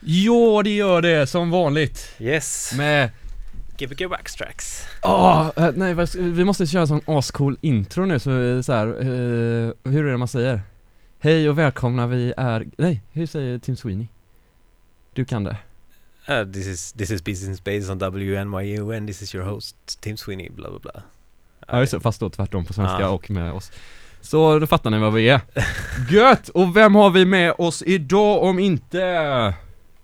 Jo, det gör det som vanligt. Yes. Med Gbg Backstracks. nej, vi måste köra en sån ascool intro nu så här, hur är det man säger? Hej och välkomna, vi är... Nej, hur säger Tim Sweeney? Du kan det. This is Business Based on WNYU and this is your host Tim Sweeney, bla bla bla. Ja, just det, fast då tvärtom på svenska och med oss. Så då fattar ni vad vi är. Gött! Och vem har vi med oss idag om inte...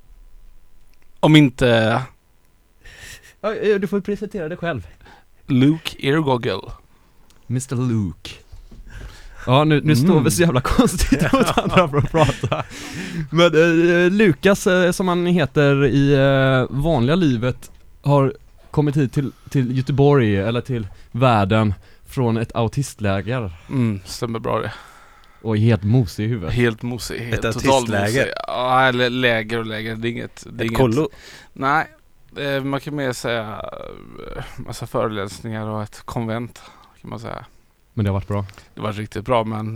Du får presentera dig själv. Luke Eargoggle. Mr. Luke. Ja, nu står vi så jävla konstigt mot andra för att prata. Men Lukas, som han heter i vanliga livet, har kommit hit till Göteborg, eller till världen, från ett autistläger. Stämmer bra det. Och är helt mosig i huvudet. Helt mosig. Helt ett autistläger? Ja, eller läger. Det är inget... Ett kollo? Nej, man kan mer säga massa föreläsningar och ett konvent, kan man säga. Men det har varit bra. Det var riktigt bra, men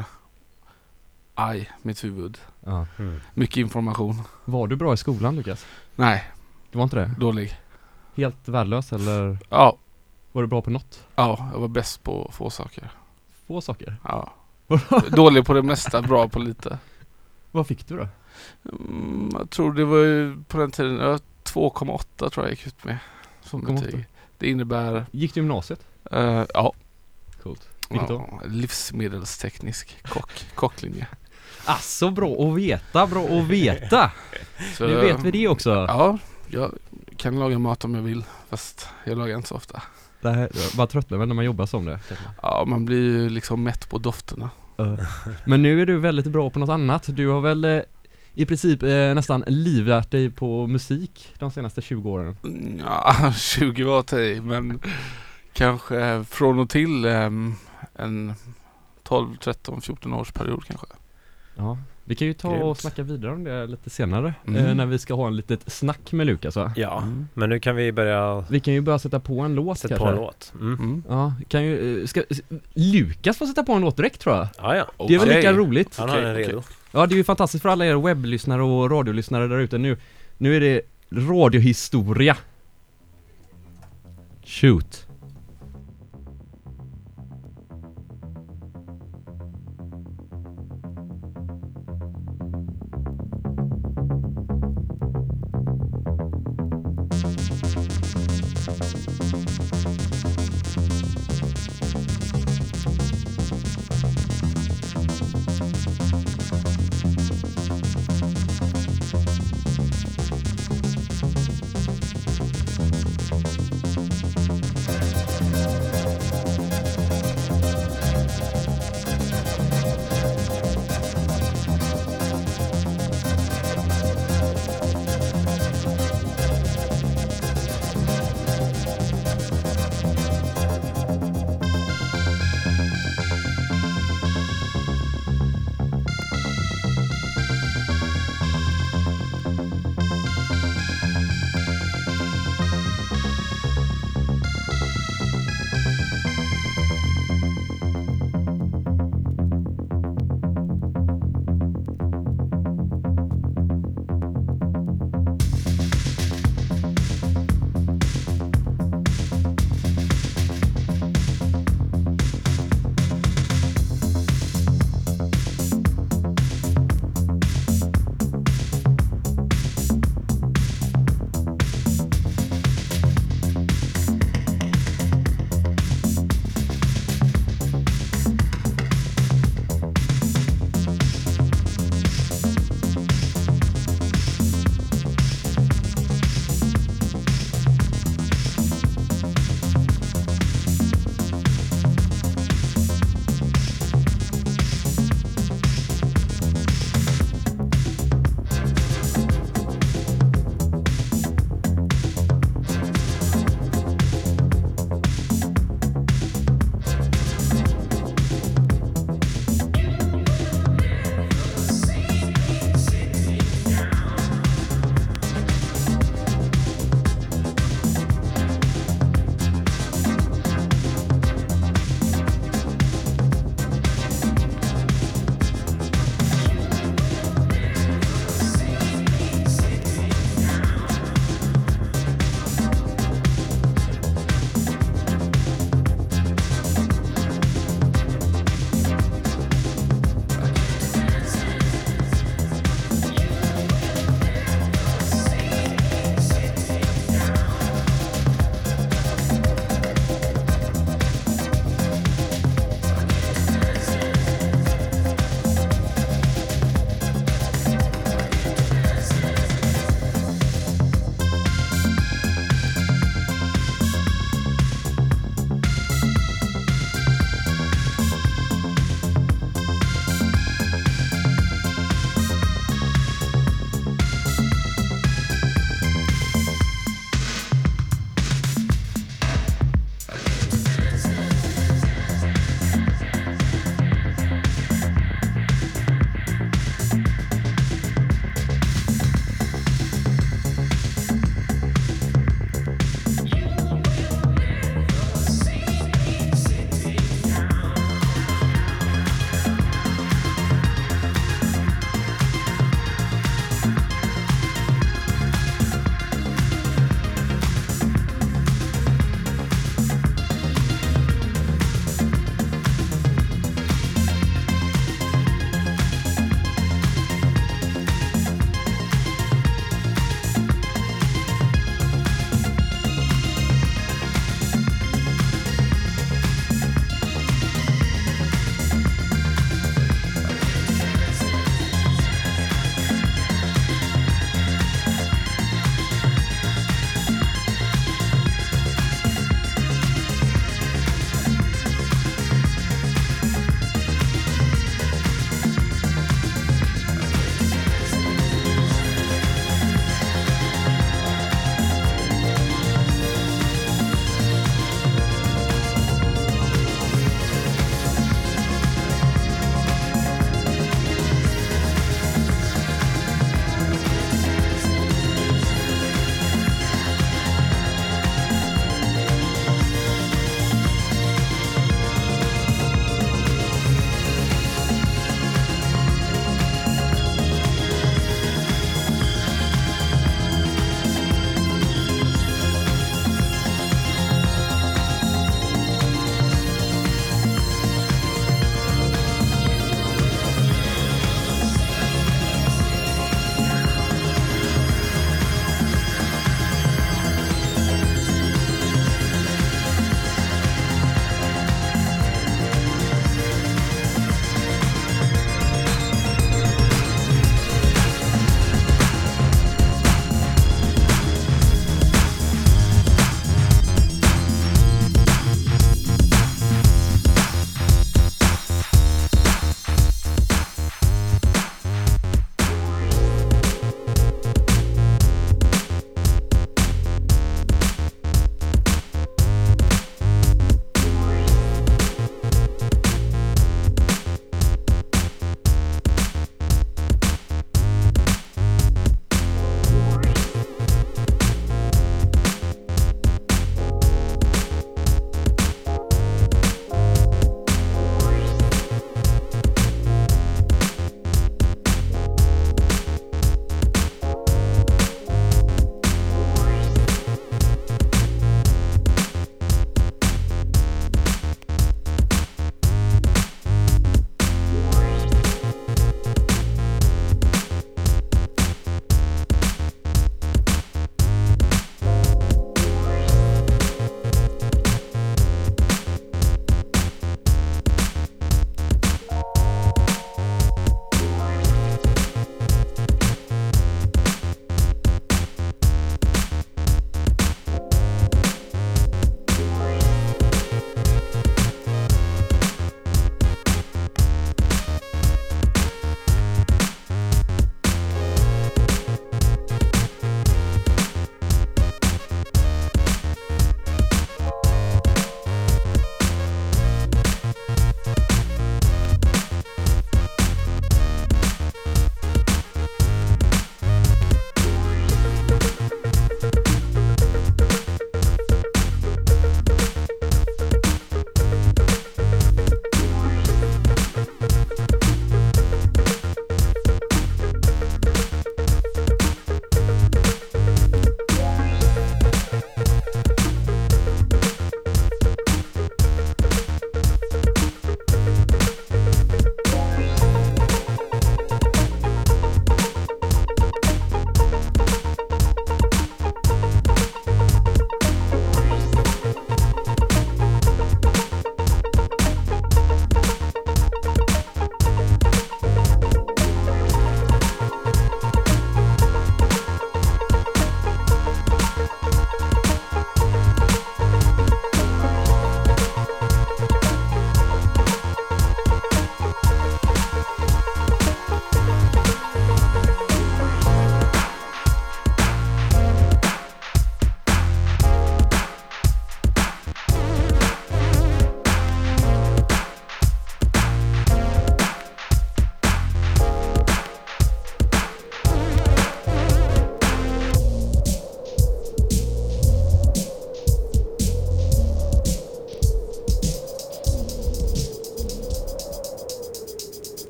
mitt huvud. Ja. Mycket information. Var du bra i skolan, Lukas? Nej. Du var inte det? Dålig. Helt värdelös, eller? Ja. Var du bra på något? Ja, jag var bäst på få saker. Få saker? Ja. Dålig på det mesta, bra på lite. Vad fick du då? Jag tror det var ju på den tiden 2,8 tror jag gick ut med som betyg. Det innebär... Gick du gymnasiet? Ja. Coolt. Vilket då? Livsmedelsteknisk kocklinje. Så bra att veta. Så, nu vet vi det också. Ja, jag kan laga mat om jag vill, fast jag lagar inte så ofta. Det här, vad tröttnar väl när man jobbar som det? Ja, man blir ju liksom mätt på dofterna. Men nu är du väldigt bra på något annat. Du har väl i princip nästan livlärt dig på musik de senaste 20 åren. Ja, 20 var till, men kanske från och till en 12, 13, 14 års period kanske. Ja, vi kan ju ta och snacka vidare om det lite senare när vi ska ha en litet snack med Lukas, va? Ja, men nu kan vi börja... Vi kan ju börja sätta på en låt kanske. Ja, kan ju... Lukas få sätta på en låt direkt, tror jag. Ja. Det var lika roligt. Han har den redo. Ja, det är ju fantastiskt för alla er webblyssnare och radiolyssnare där ute. Nu är det radiohistoria. Shoot.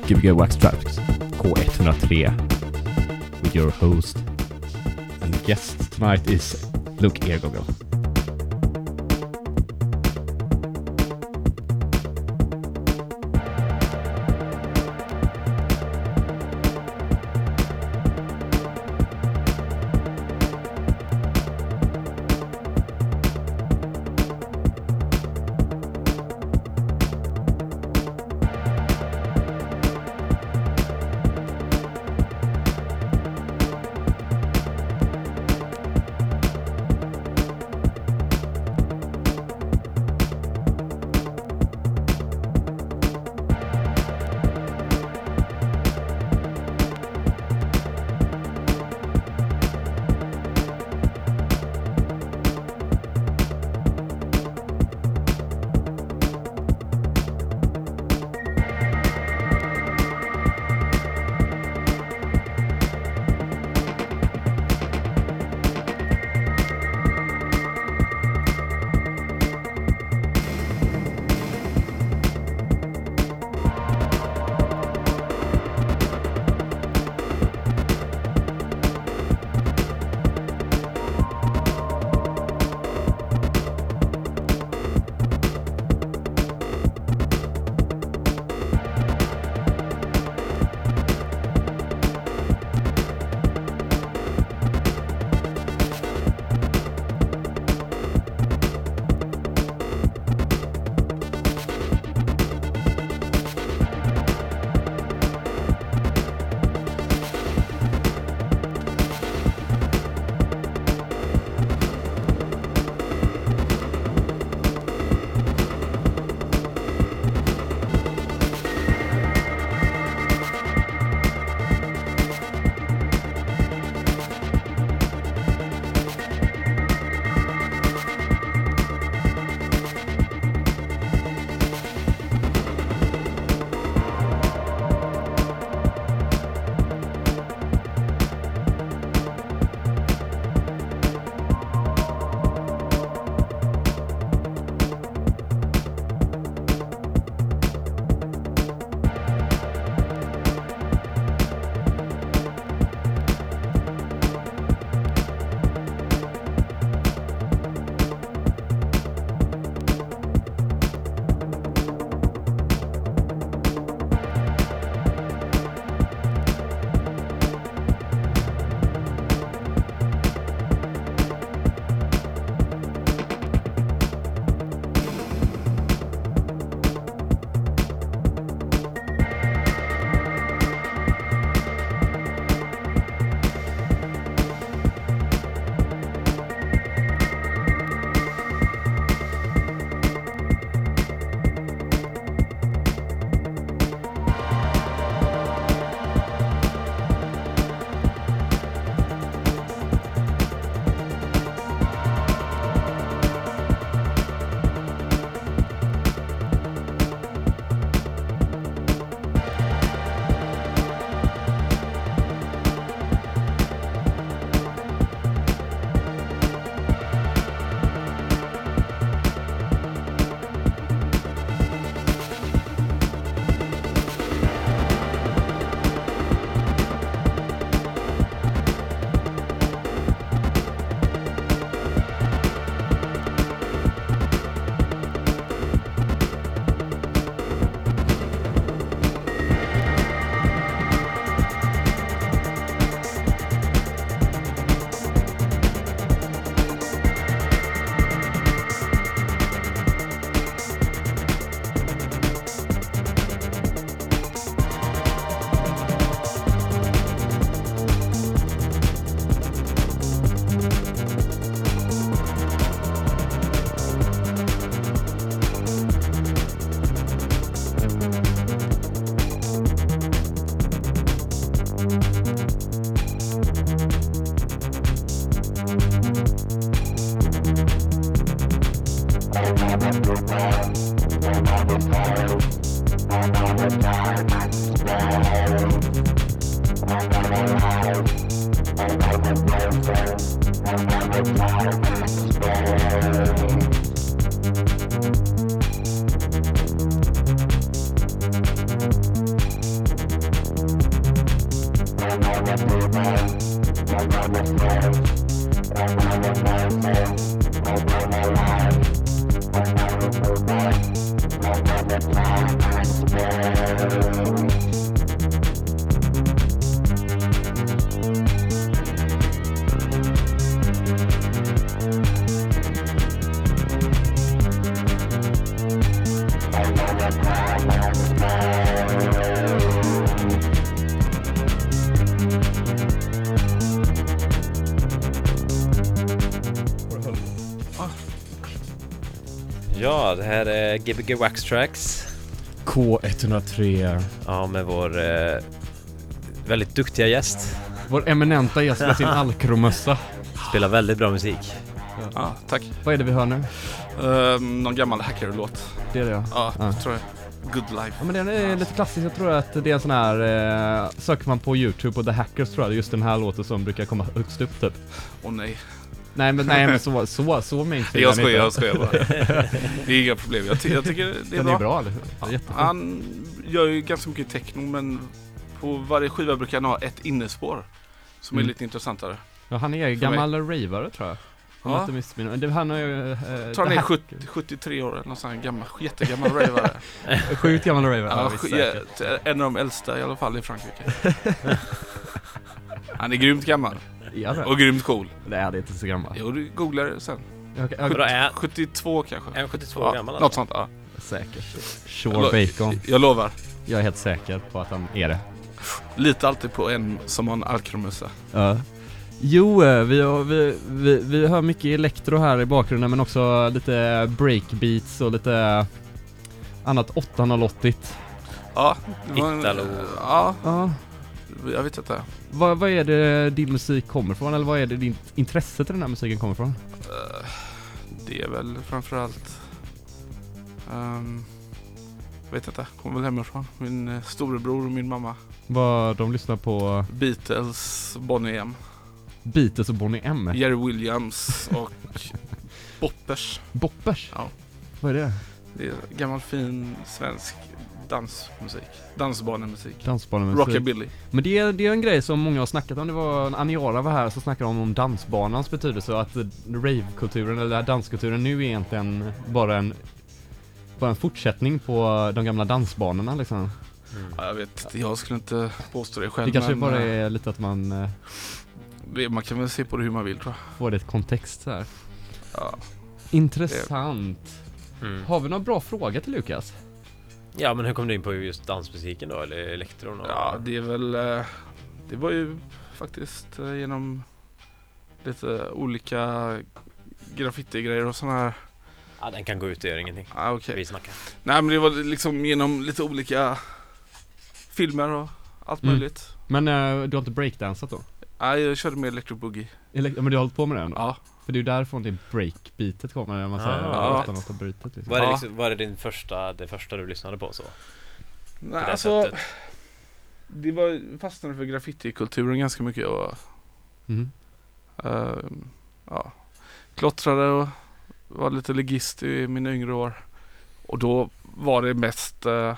Gbg Wax Trax K103 with your host and guest tonight is Luke Eargoggle. Ja, det här är Gbg Wax Tracks. K103. Ja, med vår väldigt duktiga gäst. Vår eminenta gäst med sin alkromössa. Spelar väldigt bra musik. Ja, tack. Vad är det vi hör nu? Någon gammal Hacker-låt. Det är det, Ja, ja. tror jag. Good Life. Ja, men den är lite klassisk. Jag tror att det är en sån här, söker man på YouTube på The Hackers tror jag det är just den här låten som brukar komma högst upp typ. Åh nej. Nej men så mainstream. Jag skojar bara. Det är inga problem. Jag tycker det är den bra. är bra. Ja, jättebra. Han gör ju ganska mycket techno, men på varje skiva brukar han ha ett innespår som är lite intressantare. Ja, han är gammal ravare tror jag. Ja. Inte missminner. Det han har ju Jag tror han är 73 år eller någon sån här jättegammal ravare. Sjukt gammal ravare. Ja, Ja, en av de äldsta i alla fall i Frankrike. Han är grymt gammal. ja, Och grymt cool. det är inte så gammal. Jo, du googlar det sen. Vadå, är 72 kanske. han 72 år gammal? Något sånt, ja. Säkert. Sure Bacon. Jag lovar. Jag är helt säker på att han är det. Lite alltid på en som har en alkromössa. Ja. Jo, vi hör mycket elektro här i bakgrunden, men också lite breakbeats och lite annat 808-igt. Ja. Italo. Ja, Ja. jag vet inte. Vad är det din musik kommer ifrån? Eller vad är det din intresse till den här musiken kommer ifrån? Det är väl framförallt vet inte, kommer väl hemifrån. Min storebror och min mamma. Vad de lyssnar på? Beatles, Bonnie M, Beatles och Bonnie M. Jerry Williams och Boppers. Boppers? Ja. Vad är det? Det är gammal fin svensk dansmusik. Dansbanemusik. Dansbanemusik. Rockabilly. Men det är en grej som många har snackat om. Det var Aniara var här så snackade om dansbanans betydelse och att rave-kulturen eller danskulturen nu är egentligen bara en fortsättning på de gamla dansbanorna liksom. Ja, jag vet, jag skulle inte påstå det själv. Det kanske men, bara är lite att man man kan väl se på det hur man vill, tror jag. får det ett kontext så här. Ja. Intressant. Mm. Har vi några bra frågor till Lukas? Ja, men hur kom du in på just dansmusiken då? Eller elektron? Och... Ja, det är väl... Det var ju faktiskt genom lite olika graffiti-grejer och sådana här. Ja, den kan gå ut och göra ingenting. Ah, okej. Vi snackar. Nej, men det var liksom genom lite olika filmer och allt möjligt. Men du har inte breakdansat då? Nej, jag körde med Electric Boogie. Men du har hållit på med den? Ja. För det är ju därifrån det breakbeatet kommer när man säger Ja. 808-beatet liksom. Var det det första du lyssnade på så? Nej, det alltså... sättet? Det var fastnade för graffiti-kulturen ganska mycket och... Mhm. Ja, klottrade och var lite legist i mina yngre år. Och då var det mest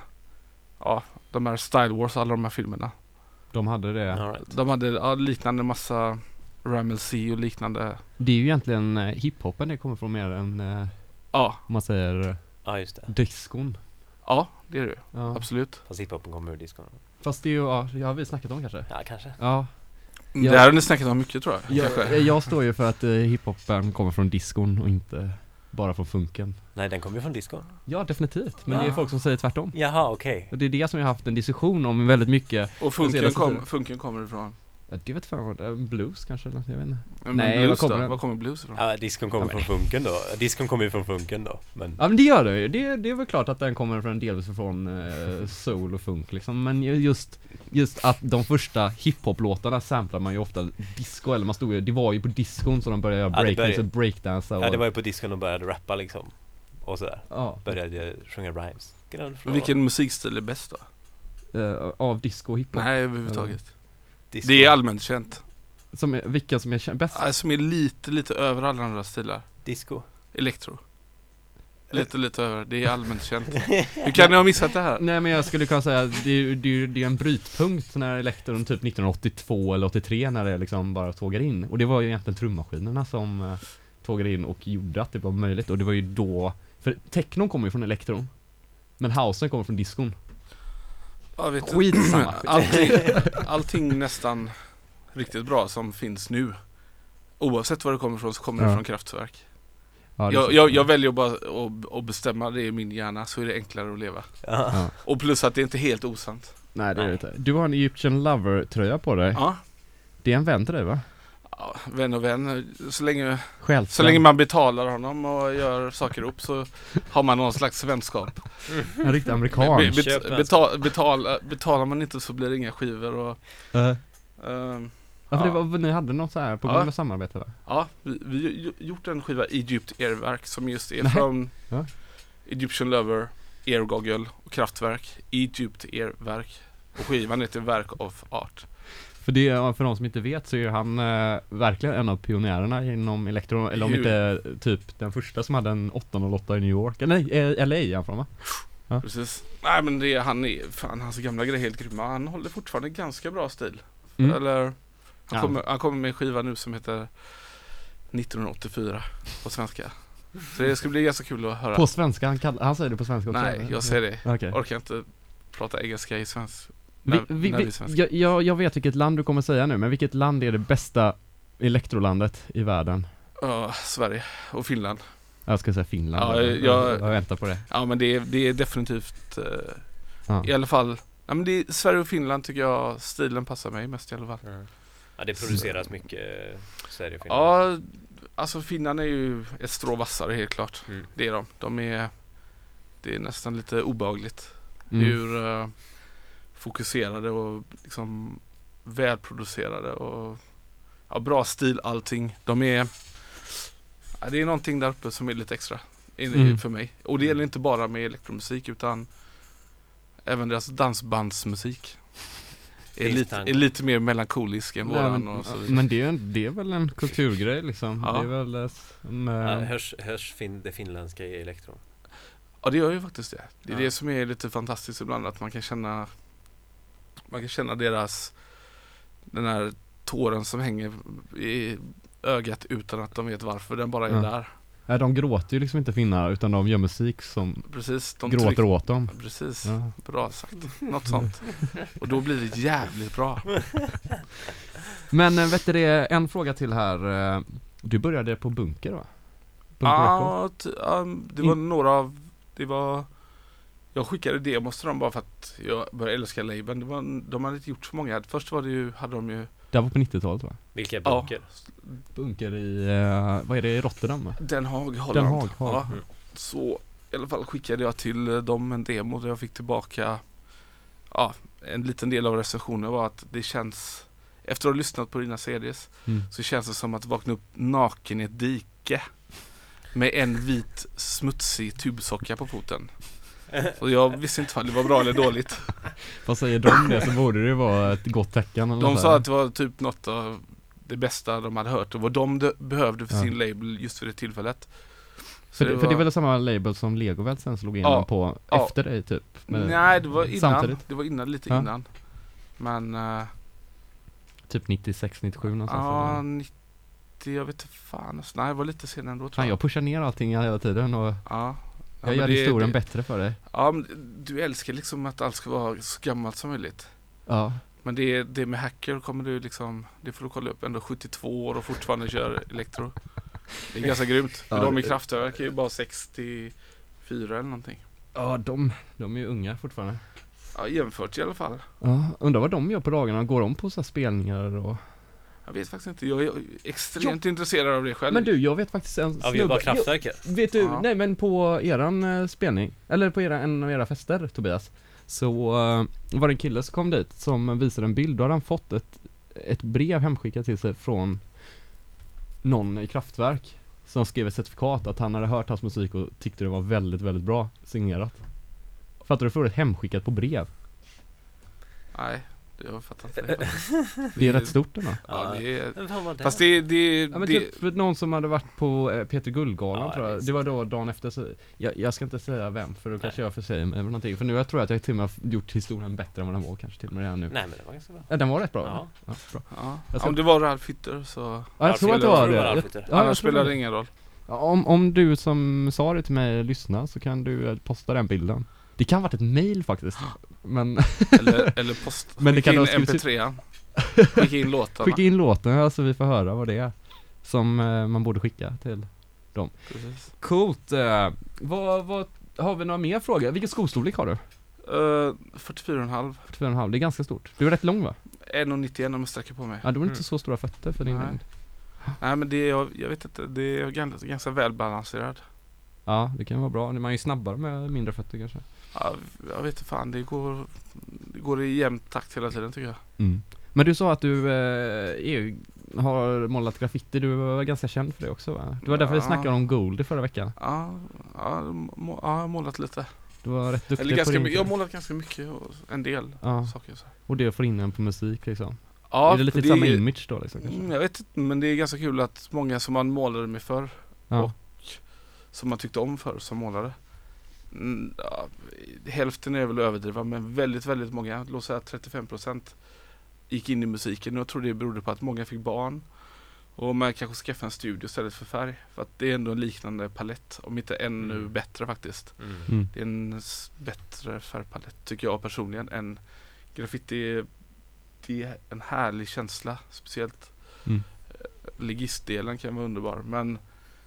de här Style Wars, alla de här filmerna. De hade det. All right. De hade liknande massa Ramel C och liknande. Det är ju egentligen hiphopen det kommer från mer än Ja, om man säger Ja, just det. diskon. ja, det är det. Ja. Absolut. Fast hiphopen kommer ur discon. Fast det är ju, det har vi snackat om kanske. Ja, kanske. Ja. Det här har ni snackat om mycket, tror jag. Kanske. Jag står ju för att hiphopen kommer från diskon och inte bara från funken. Nej, den kommer ju från discon. Ja, definitivt. Men det är folk som säger tvärtom. Jaha, okej. Och det är det som jag har haft en diskussion om väldigt mycket. Och funken kommer ifrån. Ja, det vet fan, blues kanske, eller jag vet inte. Men Nej, blues vad kommer då? den? Var kommer blues ifrån? Ja, discon kommer från funken då. Discon kommer ju från funken då. Men... Ja, men det gör det ju. Det är väl klart att den kommer från delvis från soul och funk liksom. Men just att de första hiphop-låtarna samplar man ju ofta disco, eller man stod ju, det var ju på discon så de började göra breakdance och... Ja, det var ju på discon de började rappa liksom. Och sådär. Ja. Började sjunga rhymes. Vilken musikstil är bäst då? Av disco och hiphop. Nej, överhuvudtaget. Disco. Det är allmänt känt. Vilka som är bäst? Som är lite över alla andra stilar. Disco. Elektro. Lite över. Det är allmänt känt. Hur kan ni ha missat det här? Nej, men jag skulle kunna säga att det är en brytpunkt när elektron typ 1982 eller 83 när det liksom bara tågade in. Och det var ju egentligen trummaskinerna som tågade in och gjorde att det var möjligt. Och det var ju då, för technon kommer ju från elektron. Men housen kommer från diskon. Jag vet inte. Skitsamma. Allting nästan riktigt bra som finns nu. Oavsett var det kommer ifrån så kommer det från kraftverk. Ja, Jag väljer bara att bestämma det i min hjärna, så är det enklare att leva. Ja. Och plus att det inte är helt osant. Nej, det är det inte. Du har en Egyptian Lover-tröja på dig. Ja. Det är en vän till dig, va? Ja, vän och vän. Så länge Självständig. man betalar honom och gör saker upp så har man någon slags vänskap. En riktig amerikan. Betalar man inte så blir det inga skivor och... Ja, för det var, ni hade något så här på gång med samarbete, va? Ja, vi gjort en skiva Egypt Airwerk som just är från Egyptian Lover, Airgoggle och Kraftwerk. Egypt Airwerk. Och skivan heter Work of Art. För de som inte vet så är han verkligen en av pionjärerna inom elektro, eller om inte typ den första som hade en 808 i New York. Nej, LA är han från, va? Ja. Precis. Nej, men hans gamla grejer är helt grymma. Han håller fortfarande ganska bra stil. Eller han kommer med en skiva nu som heter 1984 på svenska. Så det ska bli ganska kul att höra. På svenska? Han säger det på svenska också? Nej, jag säger det. Okay. Orkar inte prata engelska i svensk. Jag vet vilket land du kommer säga nu, men vilket land är det bästa elektrolandet i världen? Sverige och Finland. Jag ska säga Finland. Ja, jag väntar på det. Ja, men det är definitivt i alla fall. Ja, men det är Sverige och Finland tycker jag stilen passar mig mest i alla fall. Ja, det produceras mycket Sverige och Finland. Ja, alltså Finland är ju ett strå vassare helt klart. Det är de. Det är nästan lite obehagligt hur fokuserade och liksom välproducerade och bra stil allting. Det är någonting där uppe som är lite extra för mig. Och det gäller inte bara med elektromusik utan även deras dansbandsmusik är lite mer melankolisk än våran. Och så. Men det är väl en kulturgrej liksom. Ja. Det är väl hörs det finländska i elektro? Ja, det gör ju faktiskt det. Det är det som är lite fantastiskt ibland, att man kan känna den här tåren som hänger i ögat utan att de vet varför, den bara är där. Nej, de gråter ju liksom inte finnar, utan de gör musik som gråter åt dem. Precis, bra sagt. Något sånt. Och då blir det jävligt bra. Men vet du det, en fråga till här. Du började på Bunker, va? Det var några av... Jag skickade demos till dem bara för att jag började älska labeln. De hade inte gjort så många. Först hade de ju... Det var på 90-talet, va? Vilka Bunker? Ja. Bunker i... vad är det, i Rotterdam, va? Den Haag, Holland. Ja. Så i alla fall skickade jag till dem en demo där jag fick tillbaka... Ja, en liten del av recensionen var att det känns... Efter att ha lyssnat på dina CDs så känns det som att vakna upp naken i ett dike med en vit smutsig tubsocka på foten. Så jag visste inte om det var bra eller dåligt. Vad säger de det, så borde det vara ett gott tecken eller de sa att det var typ något av det bästa de hade hört och vad de behövde för sin label just för det tillfället. För det är väl samma label som Legoväl sen slog igenom på efter dig typ? Nej, det var innan. Samtidigt. Det var lite innan. Men... typ 96-97 någonstans. Ja, 90, jag vet inte fan. Nej, det var lite senare ändå, tror jag pushar ner allting hela tiden och jag gör historien bättre för dig. Ja, men du älskar liksom att allt ska vara så gammalt som möjligt. Ja. Men det med Hacker kommer du liksom, det får du kolla upp, ändå 72 år och fortfarande kör elektro. Det är ganska grymt. För de i Kraftwerk är ju bara 64 eller någonting. Ja, de är ju unga fortfarande. Ja, jämfört i alla fall. Ja, undrar vad de gör på dagarna. Går de på så här spelningar och... Jag vet faktiskt inte. Jag är extremt intresserad av det själv. Men du, jag vet faktiskt en snubbe. Ja, vi var Kraftwerk. Vet du, nej men på eran spelning, eller på en av era fester, Tobias, så var det en kille som kom dit som visade en bild. Då hade han fått ett brev hemskickat till sig från någon i Kraftwerk som skrev ett certifikat att han hade hört hans musik och tyckte det var väldigt, väldigt bra signerat. Fattar du, får ett hemskickat på brev? Nej, jag fattar inte. Det är rätt stort ändå. Ja, det är... Fast men typ någon som hade varit på Peter Guldgalan, tror jag. Det var då dagen efter, så jag ska inte säga vem, för då kanske jag försäger mig eller någonting. För nu jag tror att jag till och med har gjort historien bättre än vad den var, kanske till och med redan nu. Nej, men det var ganska bra. Ja, den var rätt bra. Ja, bra. Ja. Om det var Ralf Hytter så... Ja, jag tror att det var det. Annars spelar det ingen roll. Ja, om du som sa det till mig lyssnar, så kan du posta den bilden. Det kan ha varit ett mail faktiskt. Men eller post. Men det kan in MP3. Skicka in låtarna. Skicka in låtarna så vi får höra vad det är som man borde skicka till dem. Precis. Coolt. Vad har vi några mer frågor? Vilken skostorlek har du? 44,5. 44,5, det är ganska stort. Du är rätt lång, va? 1,91 om jag sträcker på mig. Ja, du har inte så stora fötter för din längd. Nej men jag vet inte, det är ganska välbalanserad. Ja, det kan vara bra. Man är ju snabbare med mindre fötter kanske. Ja, jag vet inte fan, det går i jämn takt hela tiden tycker jag. Men du sa att du har målat graffiti. Du var ganska känd för det också, va? Det var därför vi snackade om Goldie förra veckan. Ja, jag har målat lite. Du var rätt duktig Eller på det. jag har målat ganska mycket och en del saker. Så. Och det får in en på musik liksom. Ja, är det lite samma image då liksom, kanske? Jag vet inte, men det är ganska kul att många som man målade med förr och som man tyckte om förr som målade. Hälften är väl att överdriva, men väldigt, väldigt många, låt säga 35% gick in i musiken. Och jag tror det berodde på att många fick barn och man kanske skaffade en studio istället för färg. För att det är ändå en liknande palett, om inte ännu bättre faktiskt. Det är en bättre färgpalett tycker jag personligen än graffiti. Det är en härlig känsla, speciellt ligistdelen kan vara underbar, men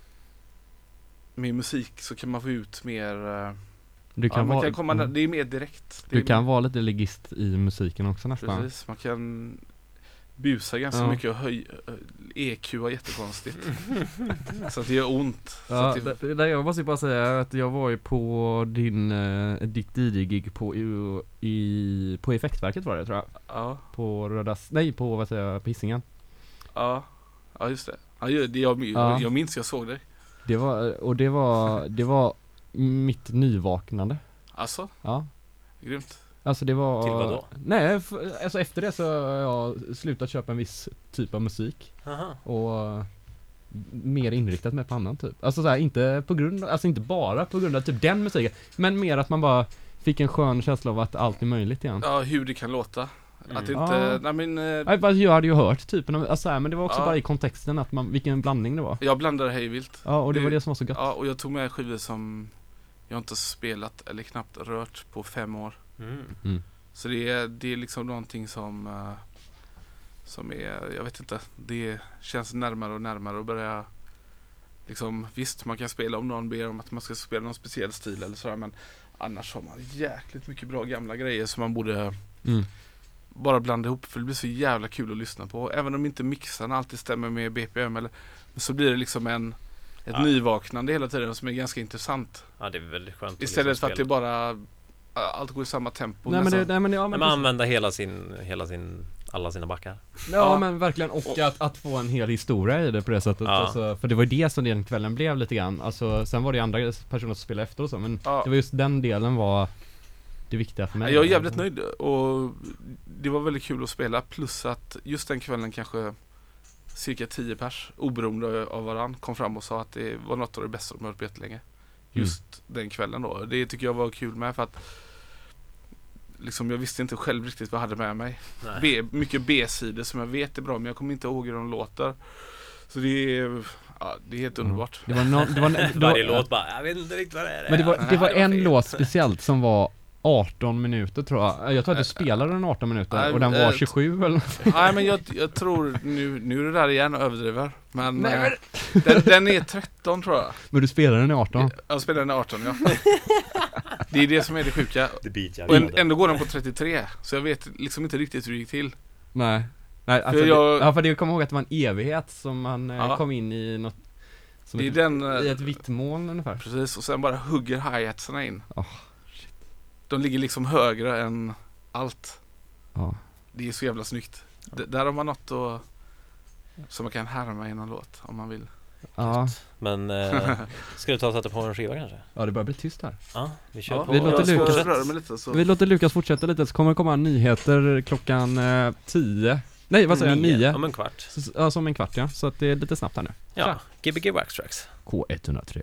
med musik så kan man få ut mer. Det är mer direkt. Du kan vara lite ligist i musiken också nästan. Precis, man kan busa ganska mycket och EQ var jättekonstigt. Så att det gör ont. Ja, jag måste bara säga att jag var ju på ditt DJ-gig på Effektverket var det, tror jag. Ja. På på Hisingen. Ja, just det. Jag minns jag såg dig. Det var mitt nyvaknande. Alltså? Ja. Grymt. Alltså det var... Till vad då? Nej, alltså efter det så har jag slutat köpa en viss typ av musik. Aha. Och mer inriktat med på annan typ. Alltså såhär, inte bara på grund av typ den musiken, men mer att man bara fick en skön känsla av att allt är möjligt igen. Ja, hur det kan låta. Att inte, jag hade ju hört typen av, alltså, men det var också bara i kontexten att vilken blandning det var. Jag blandade hejvilt. Ja, och det var det som var så gött. Ja, och jag tog med skivor som jag inte spelat eller knappt rört på 5 år. Så det är liksom någonting som är, jag vet inte, det känns närmare och närmare och börja liksom, visst man kan spela om någon ber om att man ska spela någon speciell stil eller sådär, men annars har man jäkligt mycket bra gamla grejer som man borde bara blanda ihop, för det blir så jävla kul att lyssna på. Även om inte mixarna alltid stämmer med BPM eller, så blir det liksom ett nyvaknande hela tiden som är ganska intressant. Ja, det är väldigt skönt. Istället för att det bara allt går i samma tempo. Man använder alla sina backar. Ja, men verkligen, och att få en hel historia i det på det sättet. Ja. Alltså, för det var ju det som den kvällen blev lite grann. Alltså, sen var det andra personer som spelade efter och så, men det var just den delen var det viktiga för mig. Jag är jävligt nöjd och det var väldigt kul att spela, plus att just den kvällen kanske cirka 10 pers oberoende av varann kom fram och sa att det var något av det bästa de hört på jättelänge. Just den kvällen då. Det tycker jag var kul med, för att liksom, jag visste inte själv riktigt vad jag hade med mig. Mycket B-sidor som jag vet är bra, men jag kommer inte ihåg hur de låter. Så det är helt underbart. Varje låt bara, jag vet inte riktigt vad det är. Men det var en låt speciellt som var 18 minuter tror jag. Jag tror att du spelade den 18 minuter och den var 27 eller något. Nej, men jag tror nu är det där igen och överdriver. Men den är 13 tror jag. Men du spelade den i 18? Jag spelade den i 18, ja. Det är det som är det sjuka. Och ändå går den på 33. Så jag vet liksom inte riktigt hur det gick till. Nej, alltså för det kommer ihåg att det var en evighet som man kom in i något som i ett vitt moln ungefär. Precis, och sen bara hugger hi-hatsarna in. De ligger liksom högre än allt. Det är så jävla snyggt. Där har man något som man kan härma i någon låt om man vill. Ja. Men ska du ta och sätta på en skiva kanske? Ja, det börjar bli tyst här. Ja, vi kör på. Vi låter Lukas fortsätta lite, så kommer det komma nyheter klockan 10. Nej, vad säger jag? 9? Om en kvart. Ja, som en kvart, ja. Så att det är lite snabbt här nu. Ja, Gbg Wax Tracks. K103.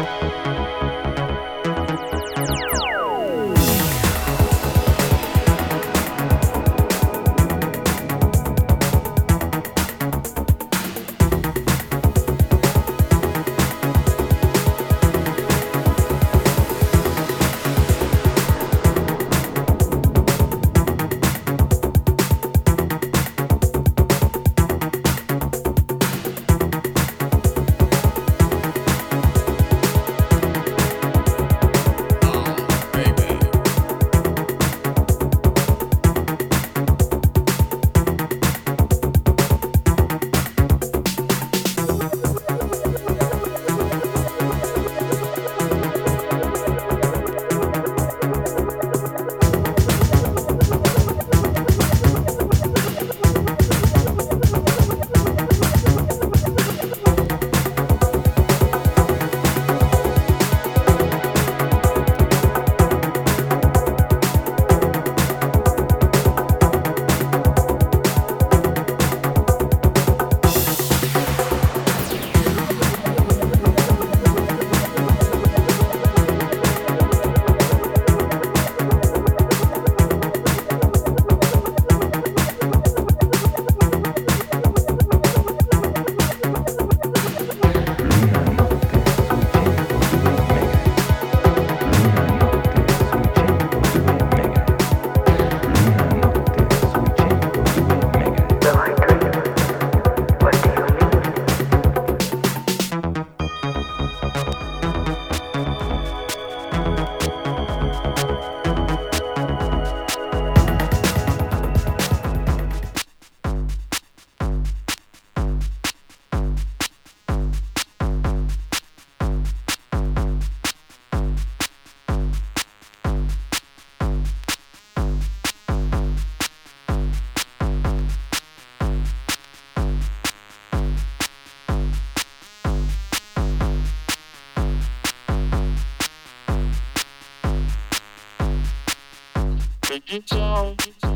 Take it down,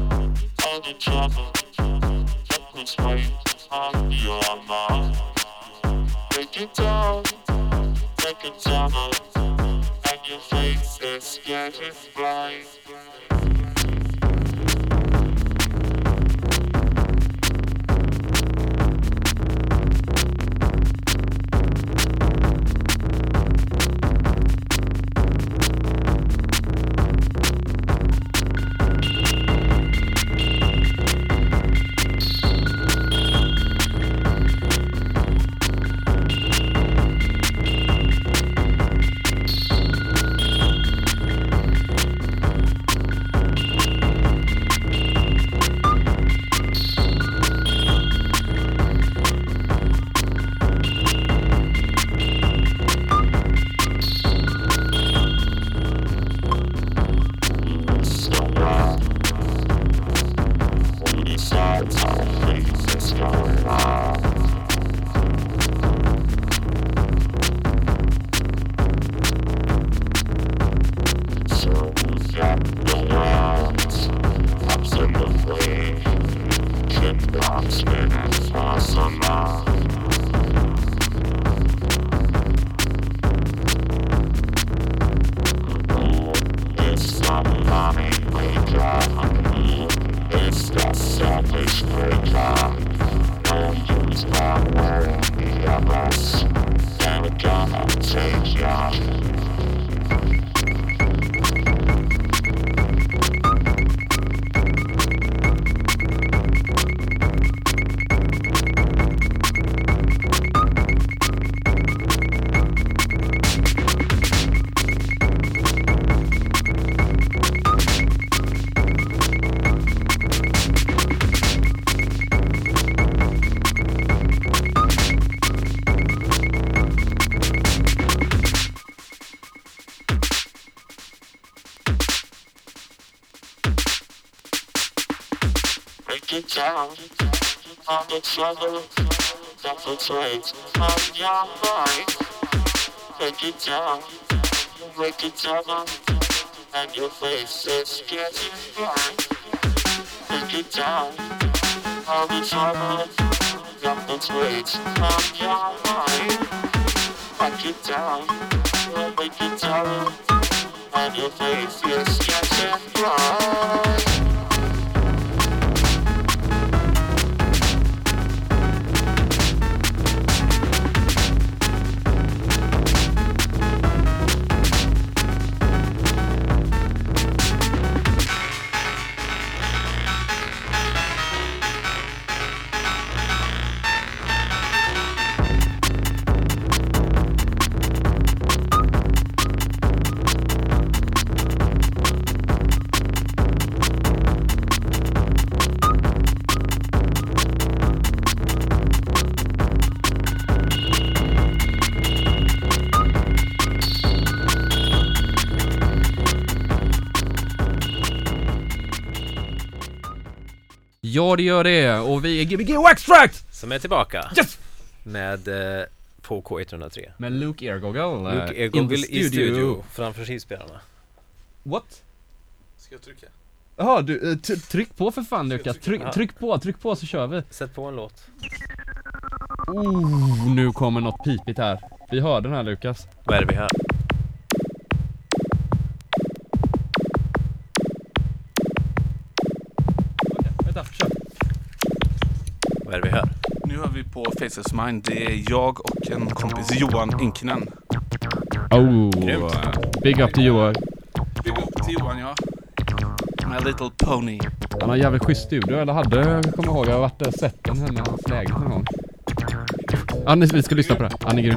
all the trouble. Let me explain on your mind. Take it down, take it down, and your face is getting blind. Break it down on the trouble that fluctuates on your mind. Break it down, and your face is getting blind. Break it down on the trouble that fluctuates on your mind. Break it down, Make you tell and your face is catching fire. Ja, det gör det. Och vi är Gbg Waxtract! Som är tillbaka. Yes! Med på K103. Med Luke Airgoggle. Luke Airgoggle i studio framför skivspelarna. What? Ska jag trycka? Jaha, du, tryck på för fan Lukas. Tryck på så kör vi. Sätt på en låt. Nu kommer något pipigt här. Vi hör den här Lukas. Vad är det vi hör? Vänta, kör. Vad är det vi hör? Nu hör vi på Faces Mind. Det är jag och en kompis, Johan Inkinen. Big up till Johan. Big up till Johan, ja. My Little Pony. Han har en jävligt schysst studio, eller hade, jag kommer ihåg, jag har varit där och sett den hemma i hans lägenhet någon gång. Ja, vi ska lyssna på det. Han är grym.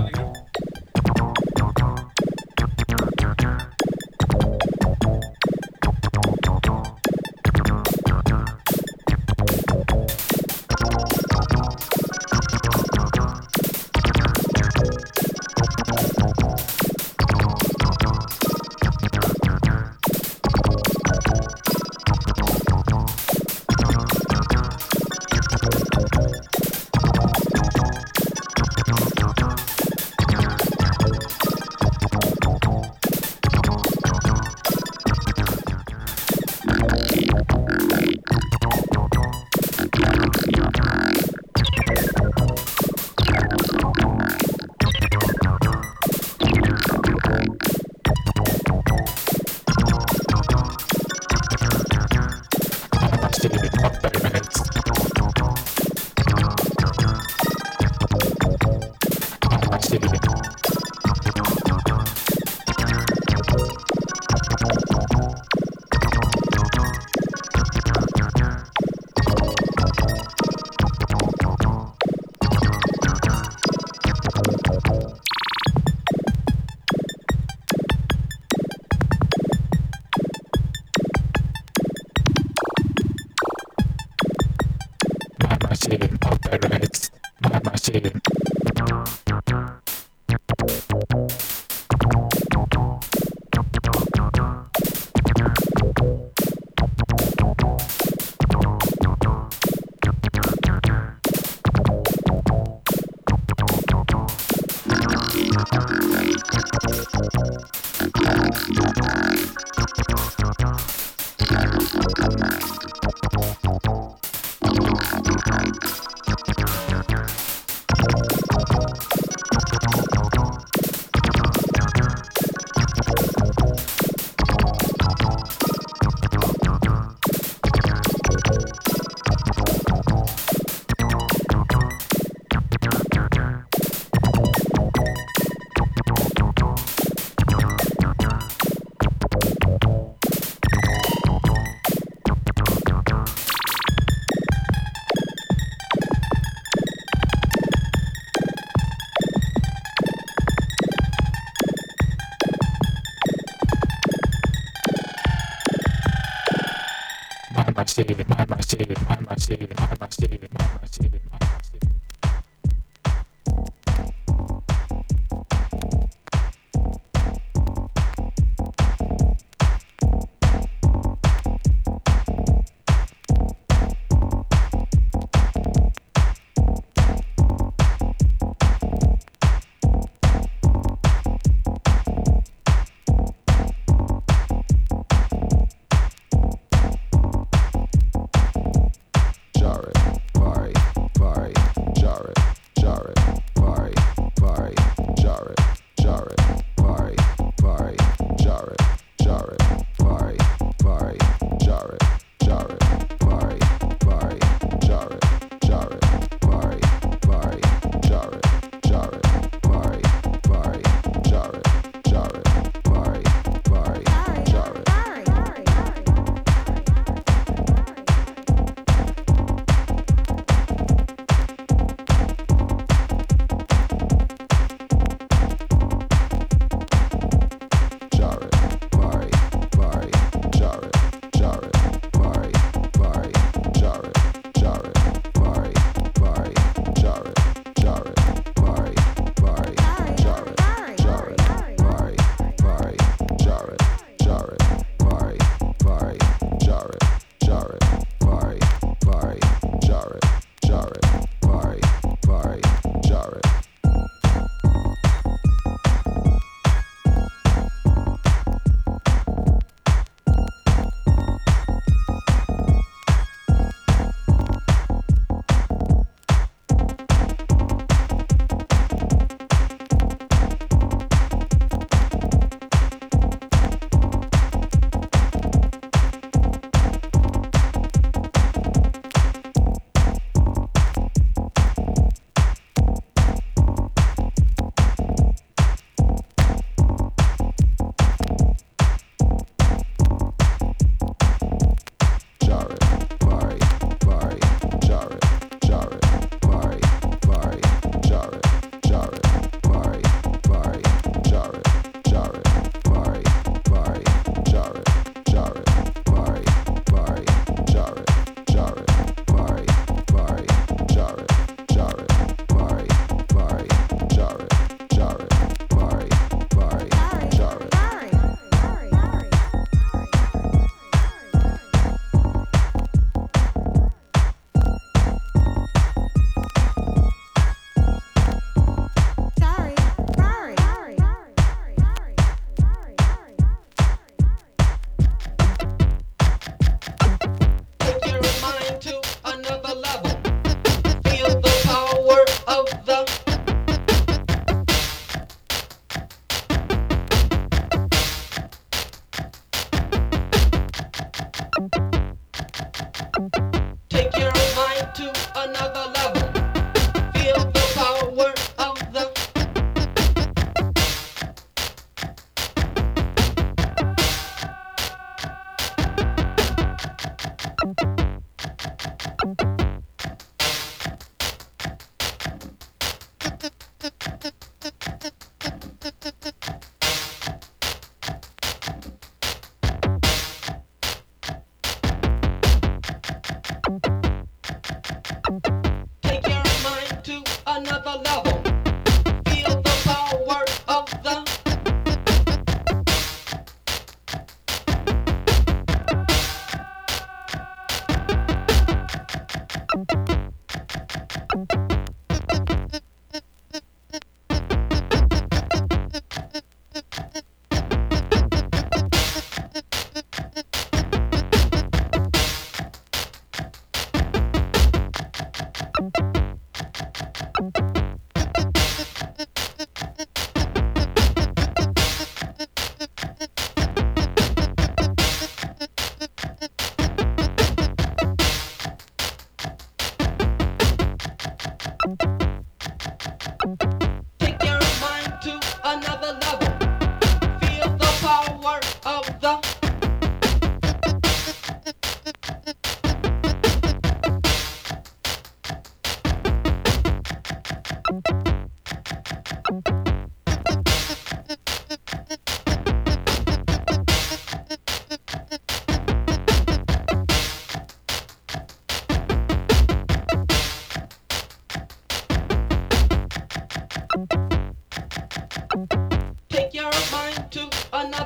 Vari.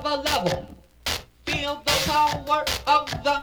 another level. Feel the power of the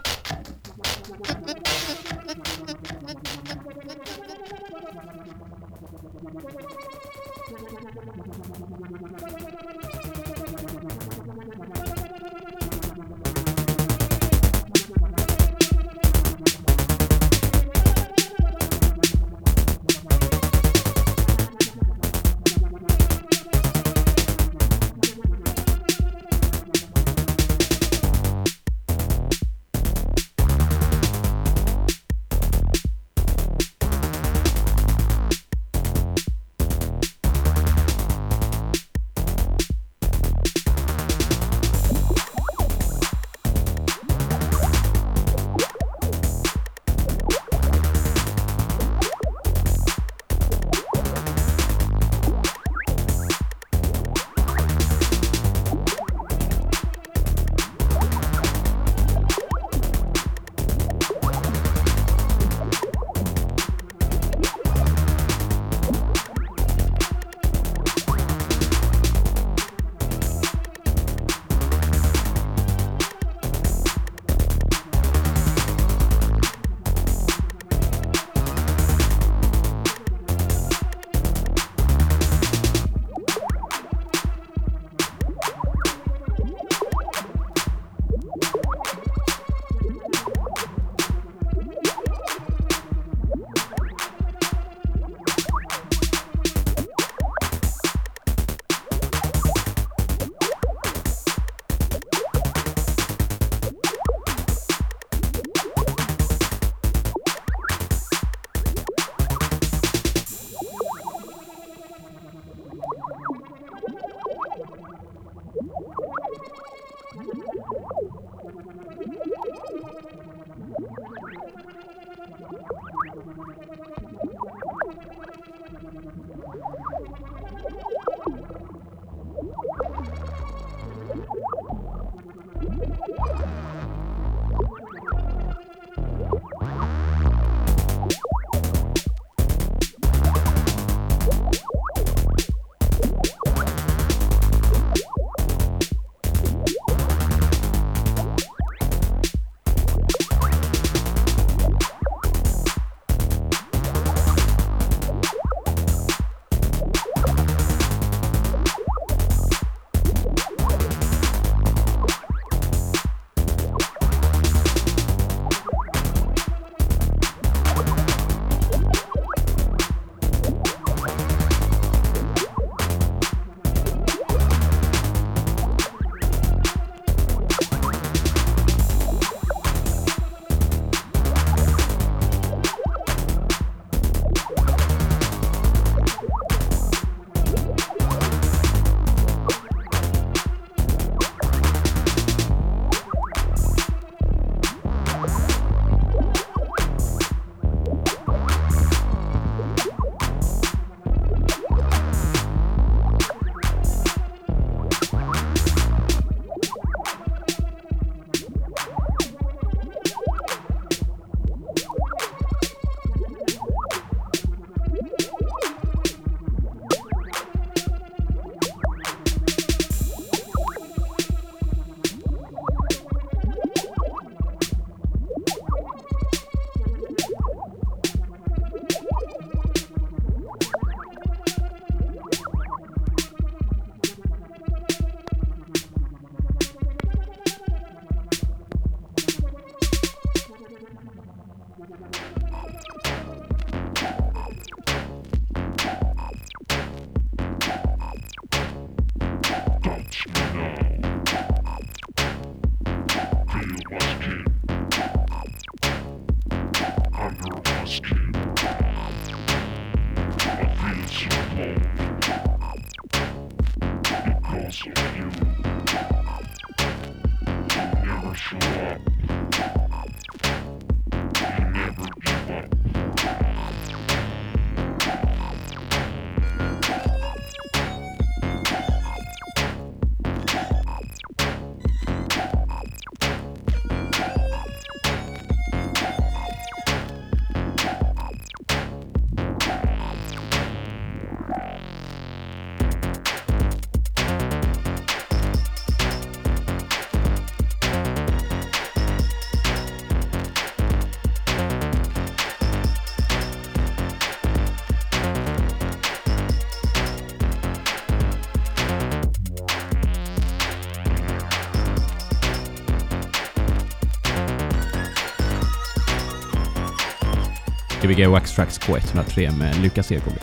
Gbg Wax Tracks K103 med Lukas Ekholm.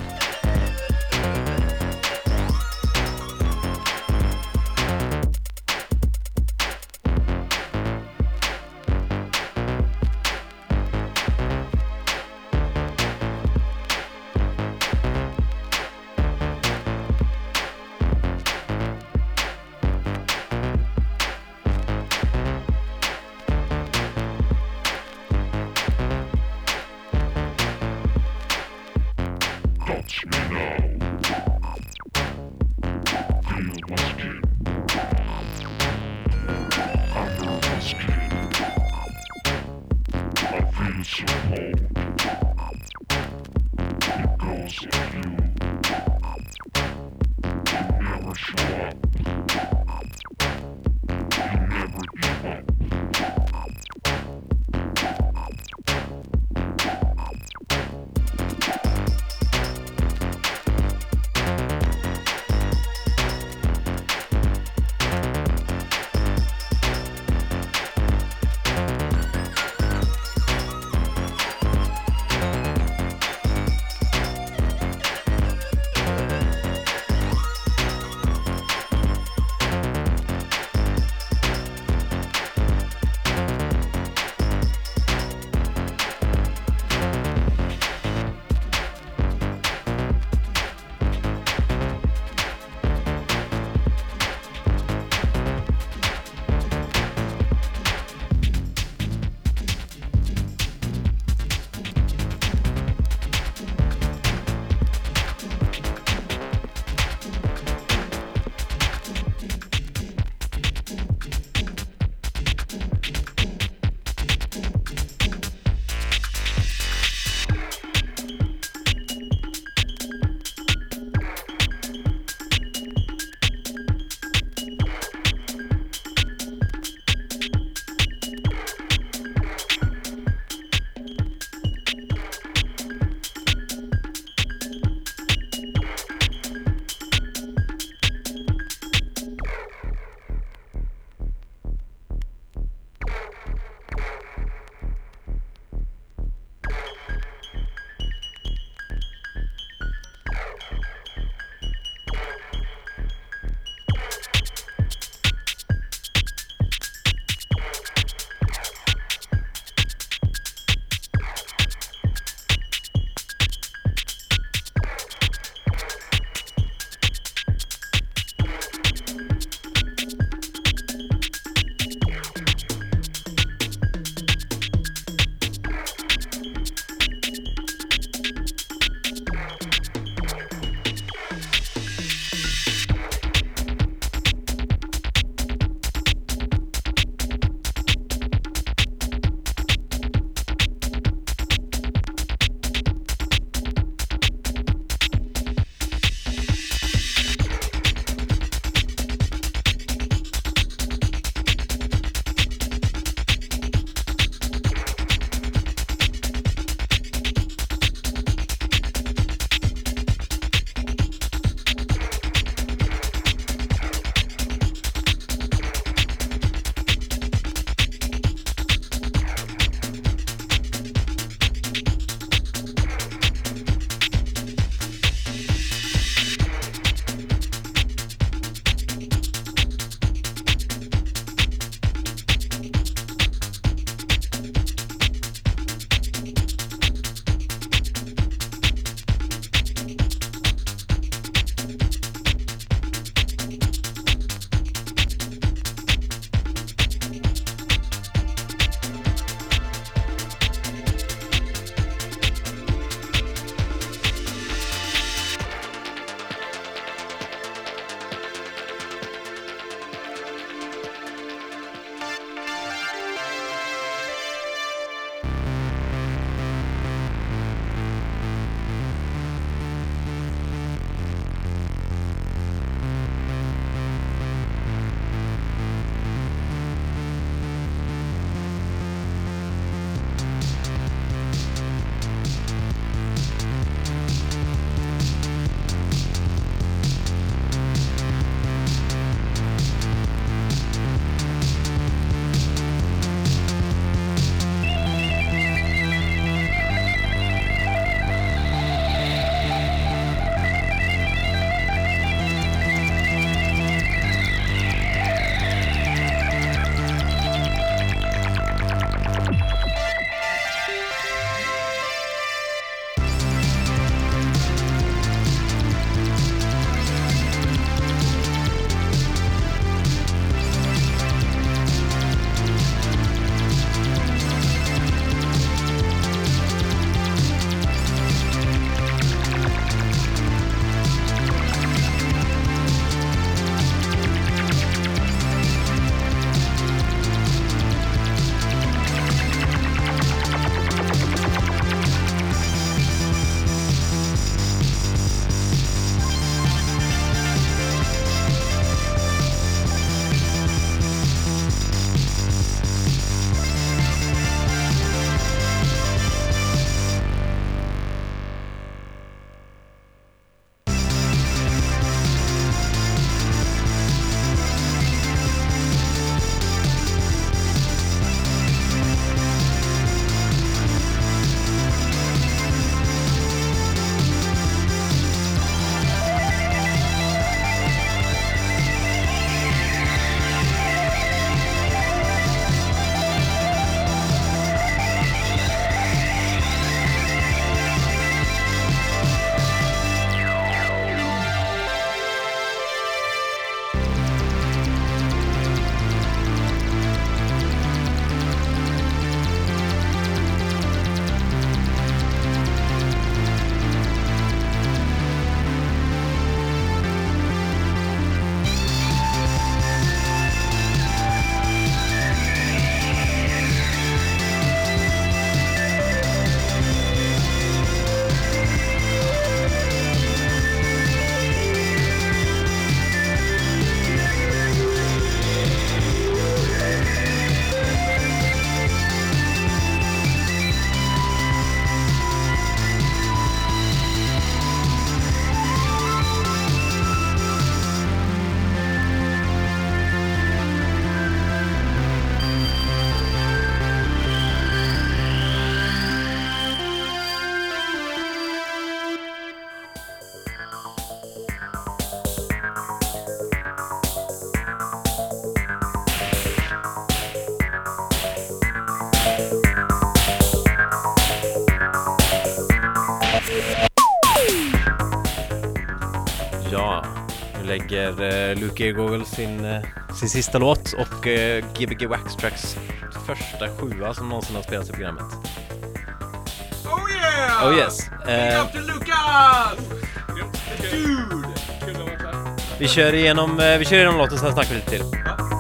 äger Luke Eargogel sin sista låt och Gbg Wax Tracks första 7 som någonsin har spelats i programmet. Oh yeah! Oh yes. Big up to Lucas! Dude! Kul att ha varit här. Vi kör igenom låten, sen snackar vi lite till.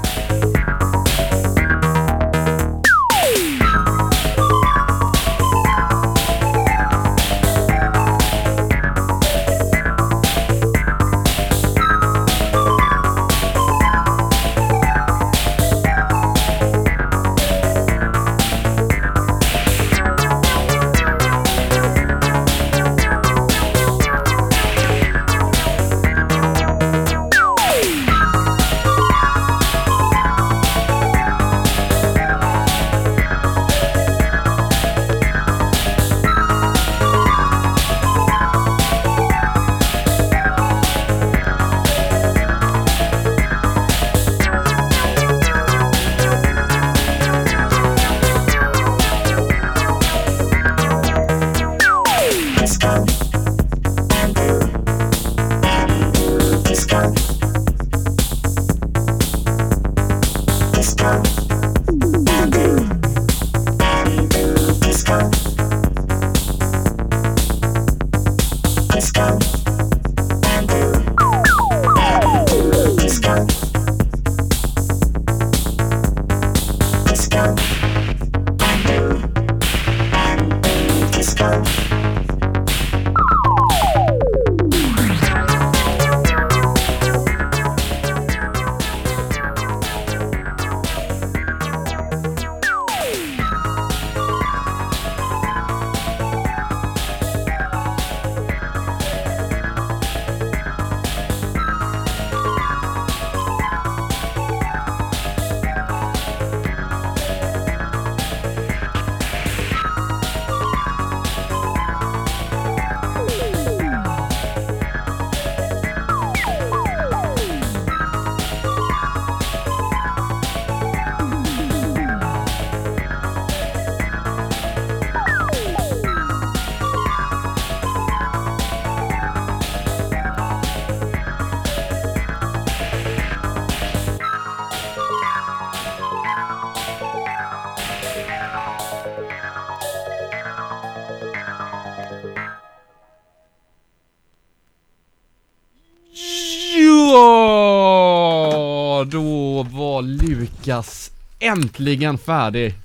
Ja, då var Lukas äntligen färdig.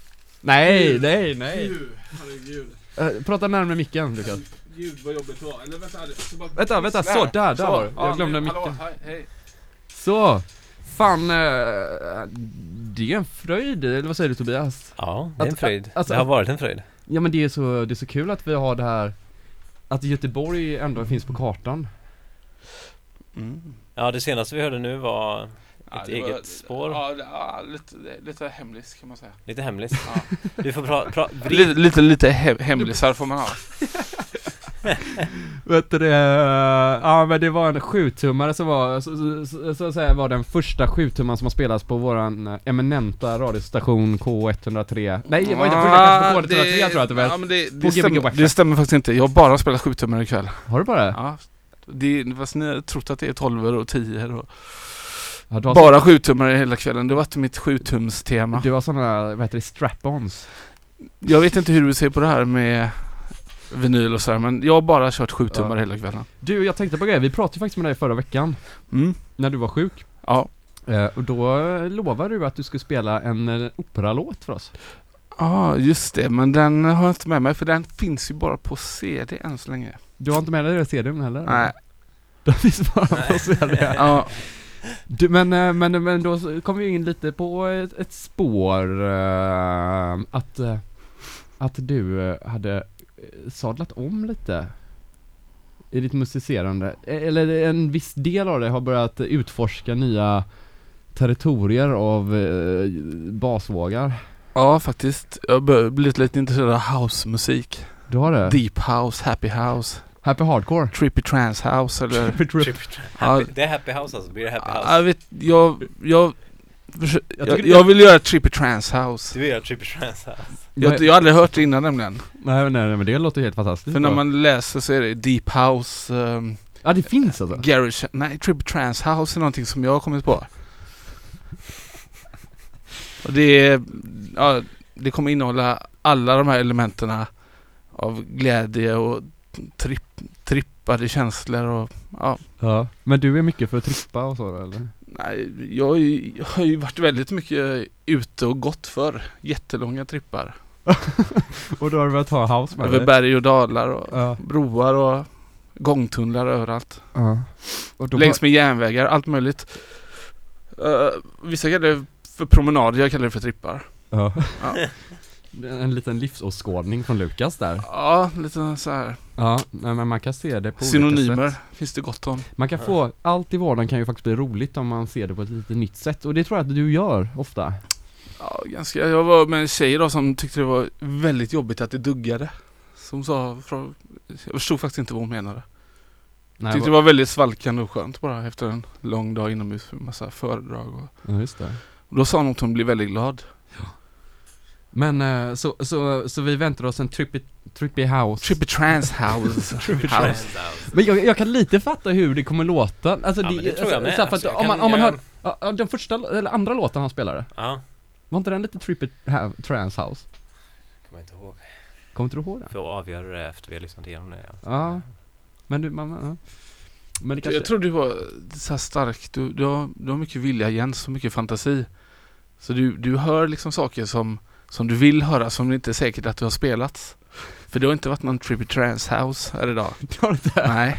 Nej. Herregud. Prata närmare micken, Lukas. Gud vad jobbigt det var. Eller Vänta, så där var det. Jag glömde micken. Hallå, hej. Så, fan, det är en fröjd, eller vad säger du, Tobias? Ja, det är en fröjd. Alltså, det har varit en fröjd. Ja, men det är så kul att vi har det här, att Göteborg ändå finns på kartan. Ja, det senaste vi hörde nu var ett eget spår. Ja, lite hemlis kan man säga. Lite hemligt. Ja. Du får Lite hemlisar får man ha. Vet du det? Ja, men det var en 7-tummare som var så att säga var den första 7-tummaren som har spelats på våran eminenta radiostation K103. Nej, det var inte första, kanske på K103 tror jag att det var. Ja, men det stämmer faktiskt inte. Jag har bara spelat 7-tummare ikväll. Har du bara det? Ja. Fast ni har trott att det är 12 och 10 och ja, bara 7-tummare hela kvällen. Det var inte mitt 7-tums-tema. Du har sådana, vad heter det, strap-ons. Jag vet inte hur du ser på det här med vinyl och sådär, men jag har bara kört 7-tummare hela kvällen. Du, jag tänkte på grejer. Vi pratade faktiskt med dig förra veckan. När du var sjuk. Ja. Och då lovade du att du skulle spela en operalåt för oss. Ja, just det. Men den har jag inte med mig, för den finns ju bara på CD än så länge. Du har inte med dig det CD:n heller? Nej. Den finns bara på CD. Ja. Du, men då kom vi in lite på ett spår att du hade sadlat om lite i ditt musicerande. Eller en viss del av det har börjat utforska nya territorier av basvågar. Ja, faktiskt. Jag har blivit lite intresserad av housemusik. Du har det? Deep house, happy house. Happy hardcore? Trippy trance house eller... Det är happy house alltså, blir det happy house? Jag vet, jag vill göra trippy trance house. Du vill göra trippy trance house? Jag har aldrig hört det innan nämligen. Nej, men det låter helt fantastiskt. För när man läser så är det deep house, Ja, det finns alltså. Garage, nej, Trippy Trance House är någonting som jag har kommit på. Och det kommer innehålla alla de här elementerna av glädje och trippade känslor och Ja. Men du är mycket för att trippa och så eller? nej, jag har ju varit väldigt mycket ute och gått för jättelånga trippar. Och då har du velat ha house med Över dig? berg och dalar och Ja. broar och gångtunnlar överallt. Ja. Och då Längs med järnvägar, allt möjligt. Vissa kallar det för promenad, jag kallar det för trippar. Ja. Ja. En liten livsåskådning från Lukas där. Ja, lite så här. Ja, men man kan se det på olika Synonymer sätt. finns det gott om. Man kan få, allt i vardagen kan ju faktiskt bli roligt om man ser det på ett lite nytt sätt. Och det tror jag att du gör ofta. Ja, ganska. Jag var med en tjej då som tyckte det var väldigt jobbigt att det duggade. Som sa, jag förstod faktiskt inte vad hon menade. Nej, Tyckte det var väldigt svalkande och skönt bara efter en lång dag inomhus med massa föredrag. Ja, just det. Och då sa hon att hon blev väldigt glad. Men så vi väntar oss en trippy house. Trippy Trance House. House. Men jag kan lite fatta hur det kommer låta. Alltså Ja, men det tror jag med. så här, för Alltså, att jag om man kan- hör den första eller andra låten han spelade. Ja, Var inte den lite trippy trance house? kommer jag inte ihåg. Kommer inte du ihåg den? Får avgöra det efter vi har lyssnat igenom det. Alltså. Ja. Men du ja. Men det kanske Jag tror du var så här stark. Du har mycket vilja, Jens, och mycket fantasi. Så du hör liksom saker som du vill höra, som det inte är säkert att du har spelat. För det har inte varit någon Trippy Trance House här idag. har det inte. Nej.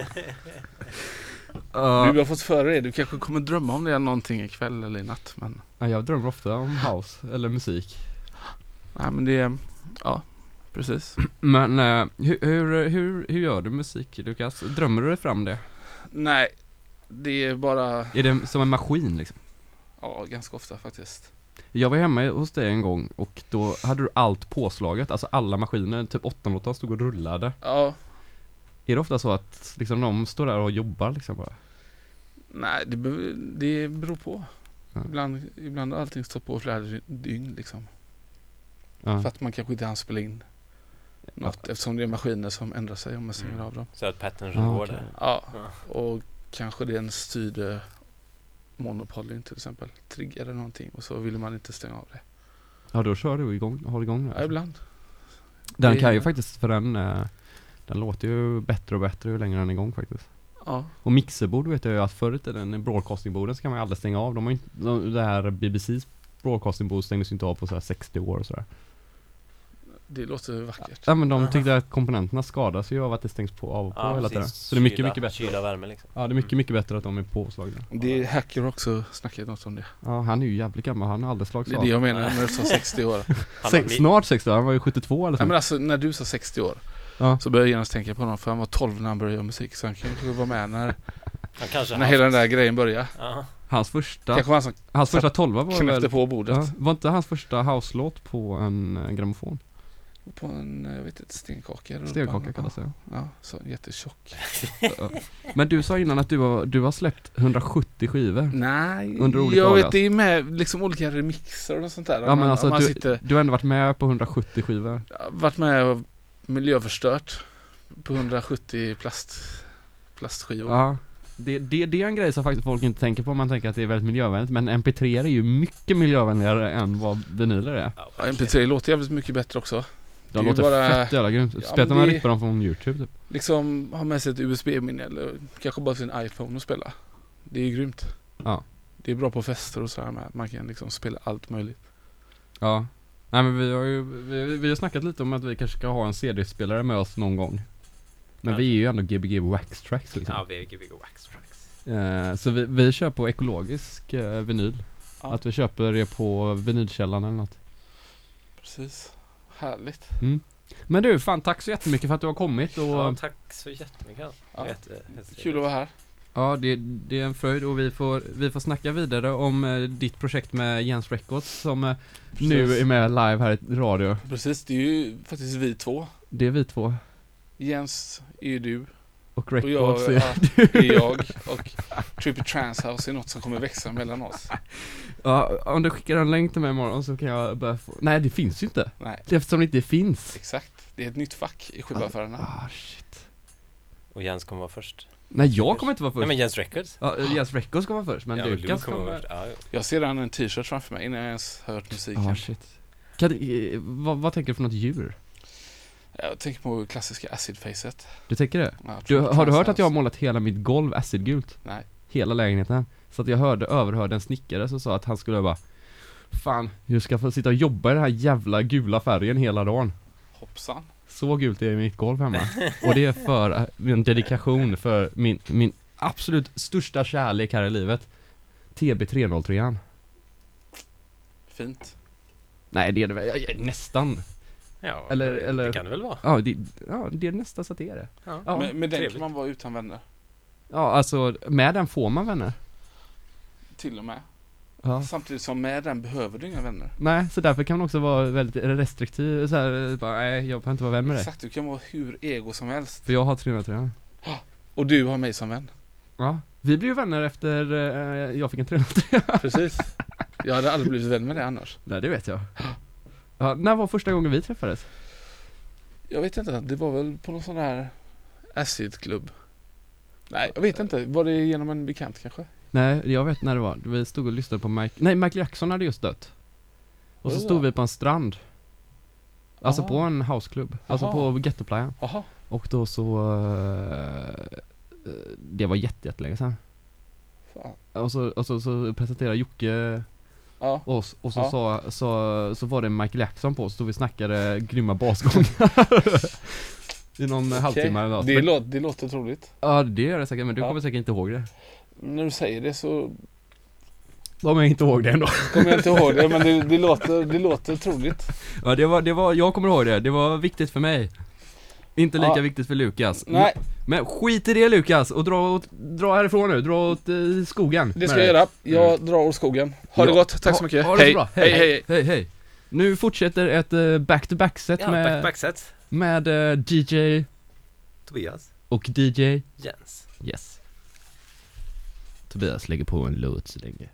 Ja. Du har fått före det. Du kanske kommer drömma om det någonting ikväll eller i natt. Men Ja, jag drömmer ofta om house eller musik. nej, men det är... Ja, precis. Men hur gör du musik, Lukas? Drömmer du dig fram det? Nej, det är bara... Är det som en maskin liksom? Ja, ganska ofta faktiskt. Jag var hemma hos dig en gång och då hade du allt påslaget, alltså alla maskiner, typ 8-8 stod och rullade. Ja, Är det ofta så att liksom de står där och jobbar liksom bara? nej, det beror på. Ja. Ibland har allting stått på flera dygn liksom. Ja. För att man kanske inte hann spela in något, eftersom det är maskiner som ändrar sig om man stänger av dem. Så att patterns Ja, går okej. där. Ja, Ja. och kanske det är en styrde monopolyn till exempel. Triggade någonting och så ville man inte stänga av det. Ja, då kör du igång, har igång Ja, det. ibland. Den det- kan ju faktiskt, för den låter ju bättre och bättre ju längre den är igång faktiskt. Ja, Och mixerbord vet jag ju att förut i den broadcastingborden så kan man ju aldrig stänga av. De har ju inte, det här BBCs broadcastingbord stängdes ju inte av på så här 60 år och sådär. det låter vackert. Ja, men de tyckte att komponenterna skadas ju av att det stängs på av och på hela tiden. Så det är mycket bättre. Kyla och värme liksom. Ja, det är mycket bättre att de är påslagna. Det är Hacker också snackat något om det. Ja, han är ju jävligt gammal, han har aldrig slagits Det är av. det jag menar när du sa 60 år. Snart 60, han var ju 72 eller så. Nej, men alltså när du sa 60 år Ja. så började jag genast tänka på honom, för han var 12 när han började göra musik, så han kanske vara med Han kanske när hela den där grejen började. Ja. Hans första Kanske var han som Hans första 12 var knäppte väl, på bordet. ja, var inte hans första house-låt på en grammofon? På en, jag vet inte, stenkaka. eller Stenkaka något. kallas det. Ja, så jättetjock. Ja. Men du sa innan att du har släppt 170 skivor. Nej, Under olika jag alias. vet, det är med liksom olika remixer och sånt där. Ja, men alltså Om man du har ändå varit med på 170 skivor. varit med och miljöförstört på 170 plastskivor. Ja. Det är en grej som faktiskt folk inte tänker på. Man tänker att det är väldigt miljövänligt. Men MP3 är ju mycket miljövänligare än vad vinyler är. Ja, Ja, MP3 låter jävligt mycket bättre också. De det är låter bara- fett jävla grymt. Ja, Speciellt men om man det- rippar dem från YouTube typ. Liksom ha med sig ett USB-minne eller kanske bara sin iPhone och spela. Det är ju grymt. Ja. Det är bra på fester och så här med. Man kan liksom spela allt möjligt. Ja. Nej, men vi har snackat lite om att vi kanske ska ha en CD-spelare med oss någon gång. Men vi är ju ändå Gbg Wax Tracks liksom. Ja, vi är Gbg Wax Tracks. Så vi kör på ekologisk vinyl. Ja. Att vi köper det på vinylkällan eller något. Precis. Härligt. Men du, fan tack så jättemycket för att du har kommit och Ja, tack så jättemycket. Ja. Jättetrevligt. Kul att vara här. ja, det är en fröjd och vi får snacka vidare om ditt projekt med Jens Records som nu Precis. är med live här i radio. Precis, det är ju faktiskt vi två. Det är vi två. Jens är ju du. Och Och jag, Records är ja, är jag. Och Trippy Trance House är något som kommer växa mellan oss. Ja, om du skickar en länk till mig imorgon så kan jag börja få... Nej, det finns ju inte. Nej, Eftersom det inte finns. exakt. Det är ett nytt fack i skivaffärerna. Shit. Och Jens kommer vara först. Nej, jag kommer inte vara Nej först. men Jens Records. Ja, Jens Records kommer vara först, men Ja, Lukas kommer kommer... först. Ja, ja. Jag ser redan en t-shirt framför mig innan jag ens hört musiken. Ja, shit. Vad tänker du för något djur? Jag tänker på klassiska acid-facet. Du tänker det? Ja, Har du hört att jag har målat hela mitt golv acidgult? Nej. Hela lägenheten. Så att jag överhörde en snickare som sa att han skulle bara, fan, jag ska få sitta och jobba i den här jävla gula färgen hela dagen. Hoppsan. Så gult är mitt golv hemma. Och det är för en dedikation för min absolut största kärlek här i livet. TB303. Fint. Nej, det är det väl. Nästan. Ja, Eller- det kan det väl vara. Ja, det är nästan så att det är det. Ja. Ja, Men med den trevligt. kan man vara utan vänner. ja, alltså med den får man vänner. Till och med. Ja. Samtidigt som med den behöver du inga vänner. Nej, så därför kan man också vara väldigt restriktiv. Så här, bara, nej, jag behöver inte vara vän med dig. Exakt, du kan vara hur ego som helst. För jag har 303. Och du har mig som vän. Ja, vi blev ju vänner efter jag fick en 303. Precis. Jag hade aldrig blivit vän med det annars. Nej, det vet jag. Ja, när var första gången vi träffades? Jag vet inte, det var väl på någon sån här acid-klubb. Nej, jag vet inte. Var det genom en bekant kanske? Nej, jag vet när det var. Vi stod och lyssnade på Michael Jackson hade just dött. Och så Oj då. stod vi på en strand. Alltså Aha. på en houseklubb. Alltså Aha. på Gettoplayan. Jaha. Och då så... det var jättelänge sedan. Fan. Och så presenterade Jocke Ja. oss. Och så, Ja. så var det Michael Jackson på oss. Så vi snackade grymma basgångar. I någon halvtimme eller något. Det låter troligt. Ja, det gör det säkert. Men du Ja. kommer säkert inte ihåg det. När du säger det så Då kommer jag inte ihåg det ändå. kommer jag inte ihåg det, men det låter troligt. Ja, det var, jag kommer ihåg det. Det var viktigt för mig. Inte lika Ja. viktigt för Lukas. Nej, Men skit i det, Lukas, och dra härifrån nu. Dra åt skogen. det ska jag göra. Jag drar åt skogen. Ha det Ja. gott, tack så mycket. Ha det så bra. Hej. Hej. Nu fortsätter ett back-to-back-set Ja, med, backset. med DJ Tobias. och DJ. Jens. Yes. Tobias lägger på en låt så länge.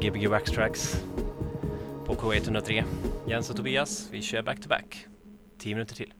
Gbg Wax Tracks på K103. Jens och Tobias, vi kör back to back. 10 minuter till.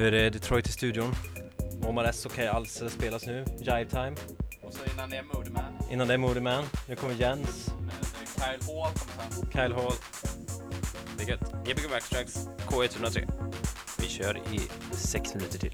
Nu är det Detroit i studion. Omar S och Kaj Alse spelas nu. Jive Time. Och så innan det är Moody Man. Innan det är Moody Man. Nu kommer Jens. Kyle Hall kommer sen. Kyle Hall. Det är gött. Gbg Waxtrax K103. Vi kör i 6 minuter till.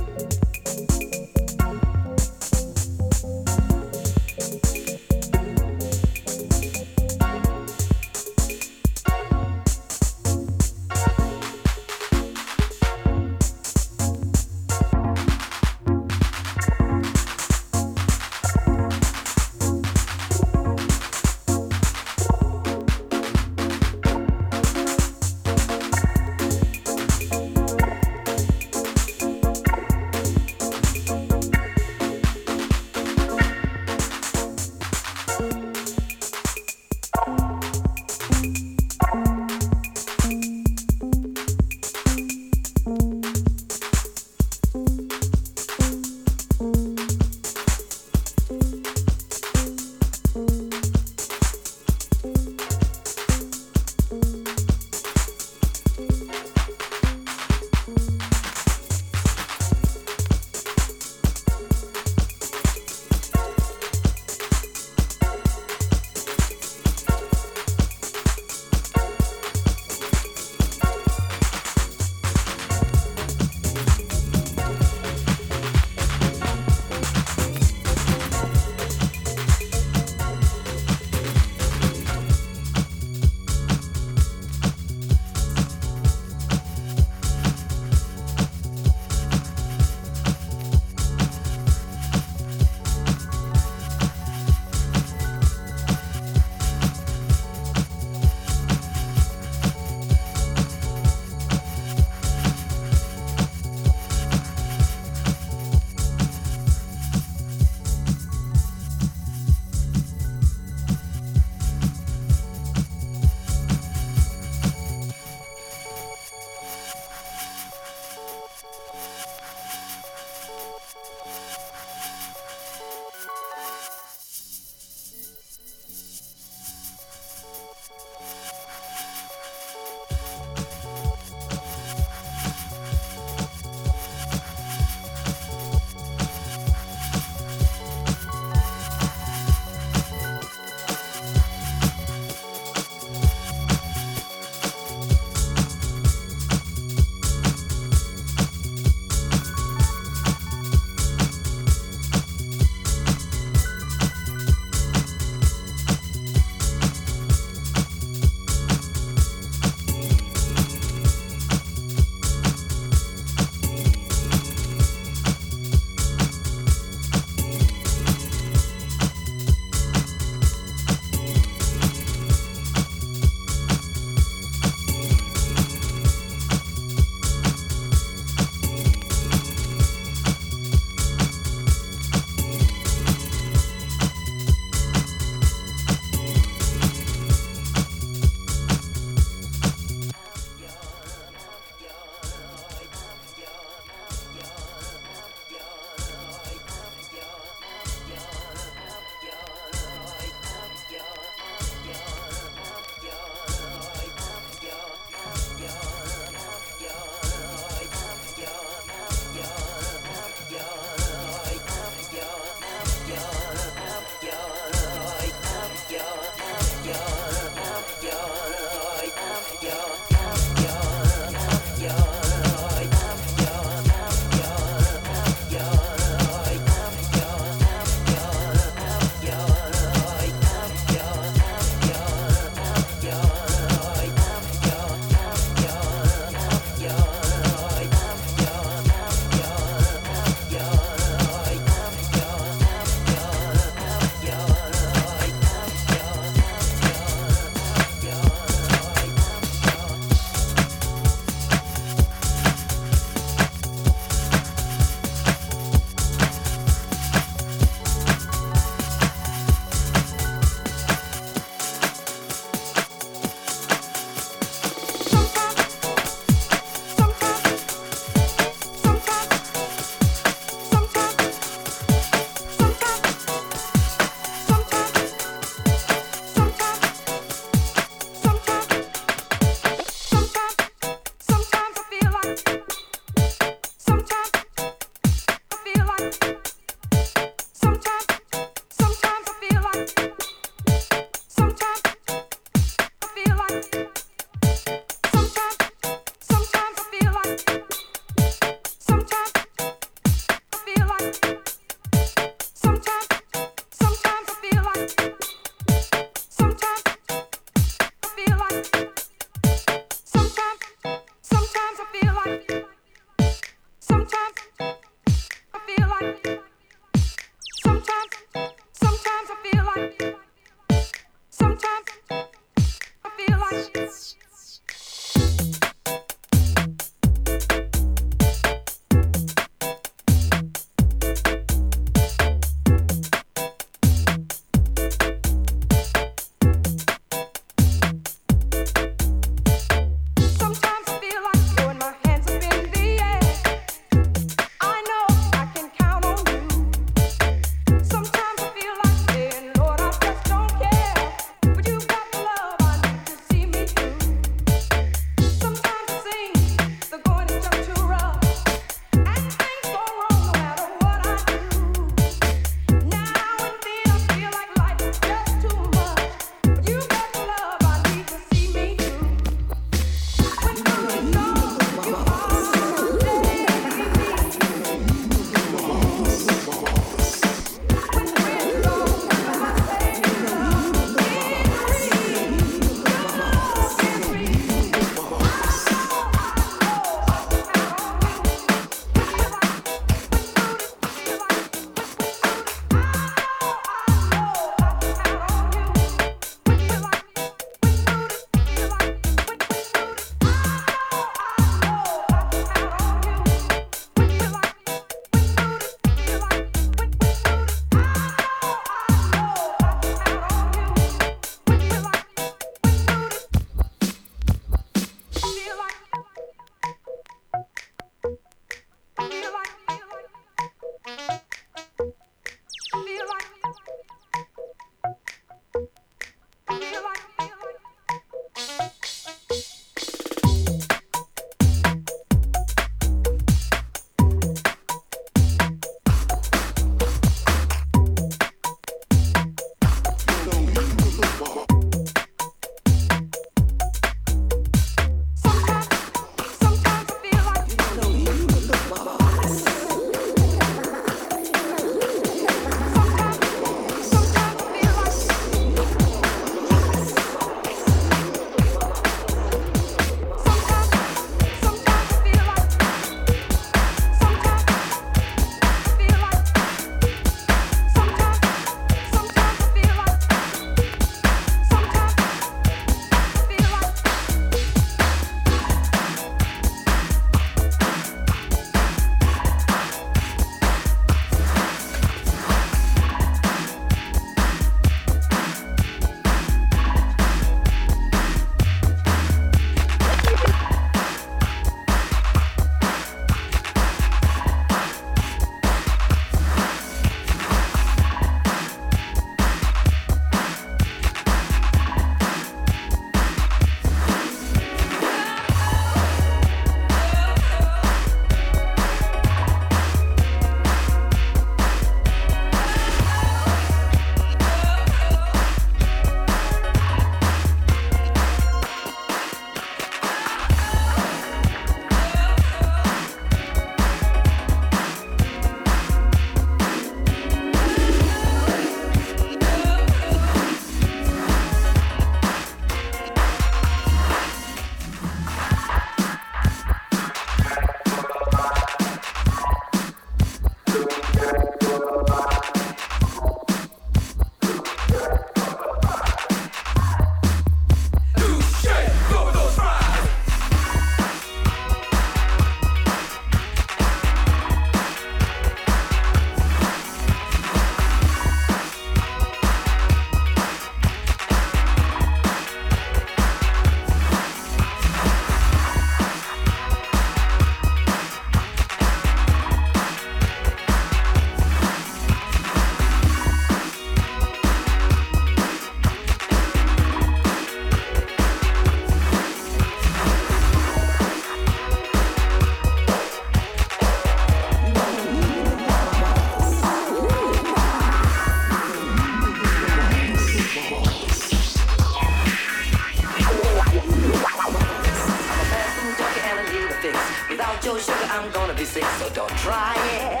your sugar, I'm gonna be sick, so don't try it.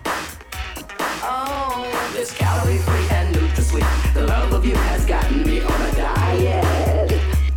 Oh, this calorie free and nutri-sweet. The love of you has gotten me on a diet.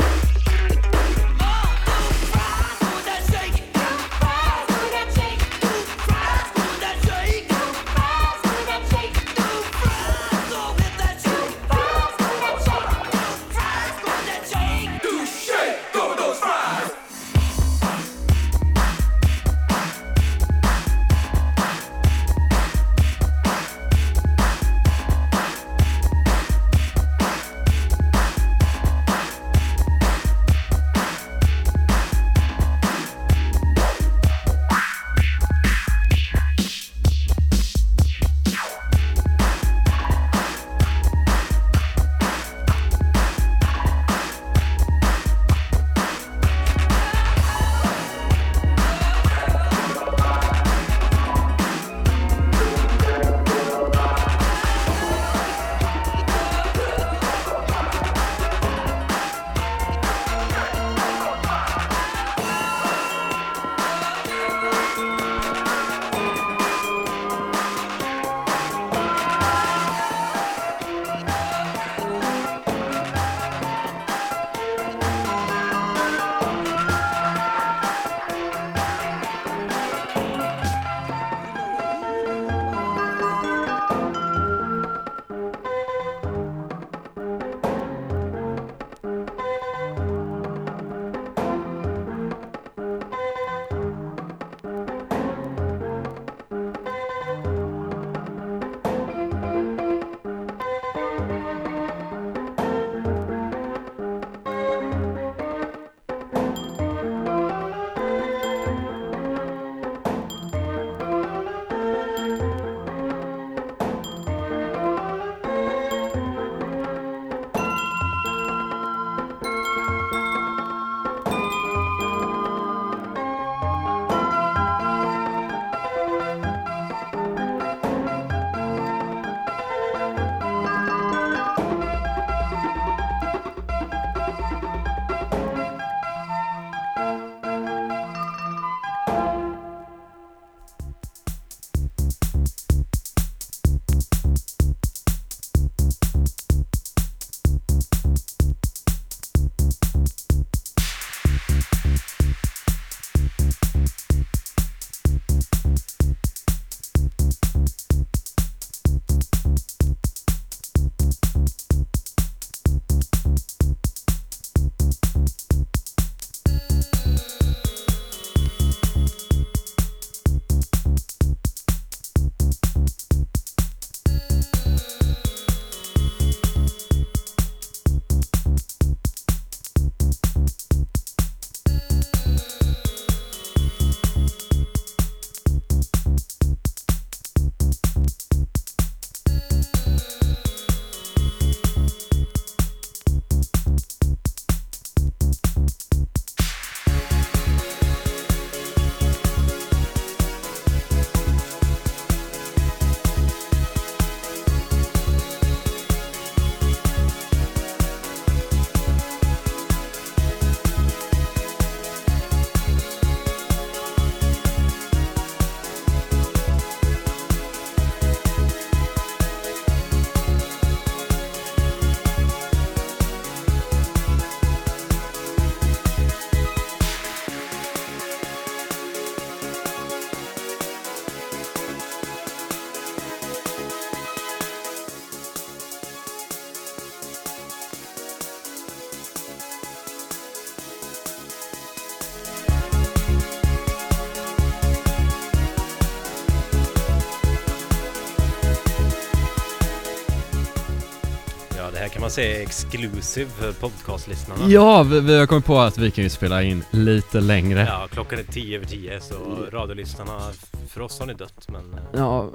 Det här kan man säga är exclusive för podcastlyssnarna. Ja, vi har kommit på att vi kan ju spela in lite längre. Ja, klockan är 10:10 så radiolyssnarna, för oss har ni dött, men... Ja,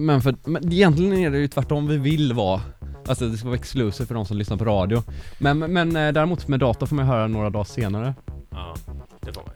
men egentligen är det ju tvärtom vi vill vara. Alltså det ska vara exclusive för de som lyssnar på radio. Men däremot med data får man höra några dagar senare. Ja, det får man ju.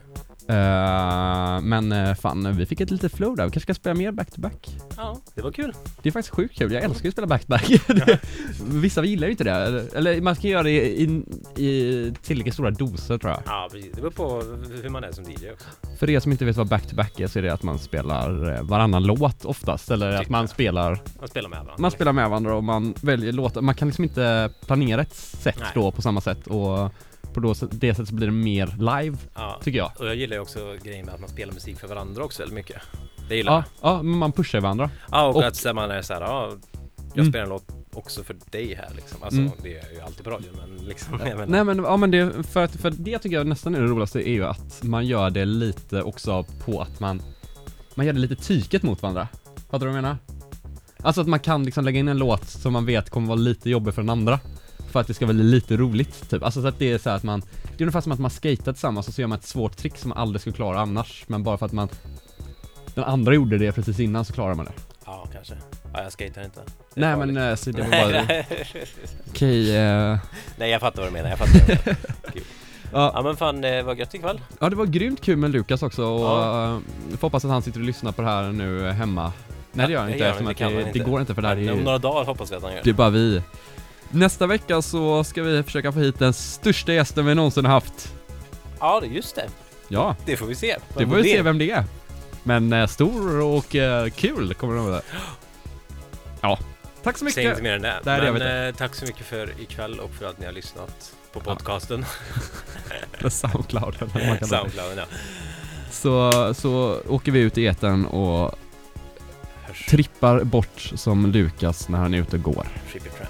Men fan, vi fick ett litet flow där. Vi kanske ska spela mer back-to-back. Ja, det var kul. Det är faktiskt sjukt kul. Jag älskar ju att spela back-to-back. Vissa gillar ju inte det. Eller man ska göra det i tillräckligt stora doser, tror jag. Ja, precis. Det beror på hur man är som DJ också. För er som inte vet vad back-to-back är, så är det att man spelar varannan låt oftast. Eller att man spelar med varandra. Man spelar med varandra och man väljer låtar. Man kan liksom inte planera ett sätt då på samma sätt. Och på det sättet så blir det mer live, tycker jag. Och jag gillar ju också grejen med att man spelar musik för varandra också väldigt mycket. Det gillar jag. Ja, men man pushar varandra. Ja, och att så man är så här, jag spelar en låt också för dig här liksom. Alltså det är ju alltid på radion, men liksom Nej men det för det tycker jag nästan är det roligaste, är ju att man gör det lite också på att man gör det lite tyket mot varandra. Fattar du vad jag menar? Alltså att man kan liksom lägga in en låt som man vet kommer vara lite jobbig för den andra, för att det ska bli lite roligt typ. Alltså så att det är så här att det är ungefär som att man skater tillsammans och så gör man ett svårt trick som man aldrig skulle klara annars, men bara för att den andra gjorde det precis innan så klarar man det. Ja, kanske. Ja, jag skater inte. Nej, men så det var bara okej. Nej, jag fattar vad du menar. Kul. Ja, men fan, det var gött ikväll. Ja, det var grymt kul med Lukas också. Och jag hoppas att han sitter och lyssnar på det här nu hemma. Nej, det gör han inte, eftersom att det går inte, för det här är om några dagar hoppas vi att han gör. Det är bara vi. Nästa vecka så ska vi försöka få hit den största gästen vi någonsin har haft. Ja, det är just det. Ja. Det får vi se. Det får vi se vem det är. Men stor och kul kommer det vara. Ja. Tack så mycket. Säg inte mer än det. Men tack så mycket för ikväll och för att ni har lyssnat på podcasten. Soundclouden. Soundclouden, ja. Så åker vi ut i etern och trippar bort som Lukas när han är ute och går.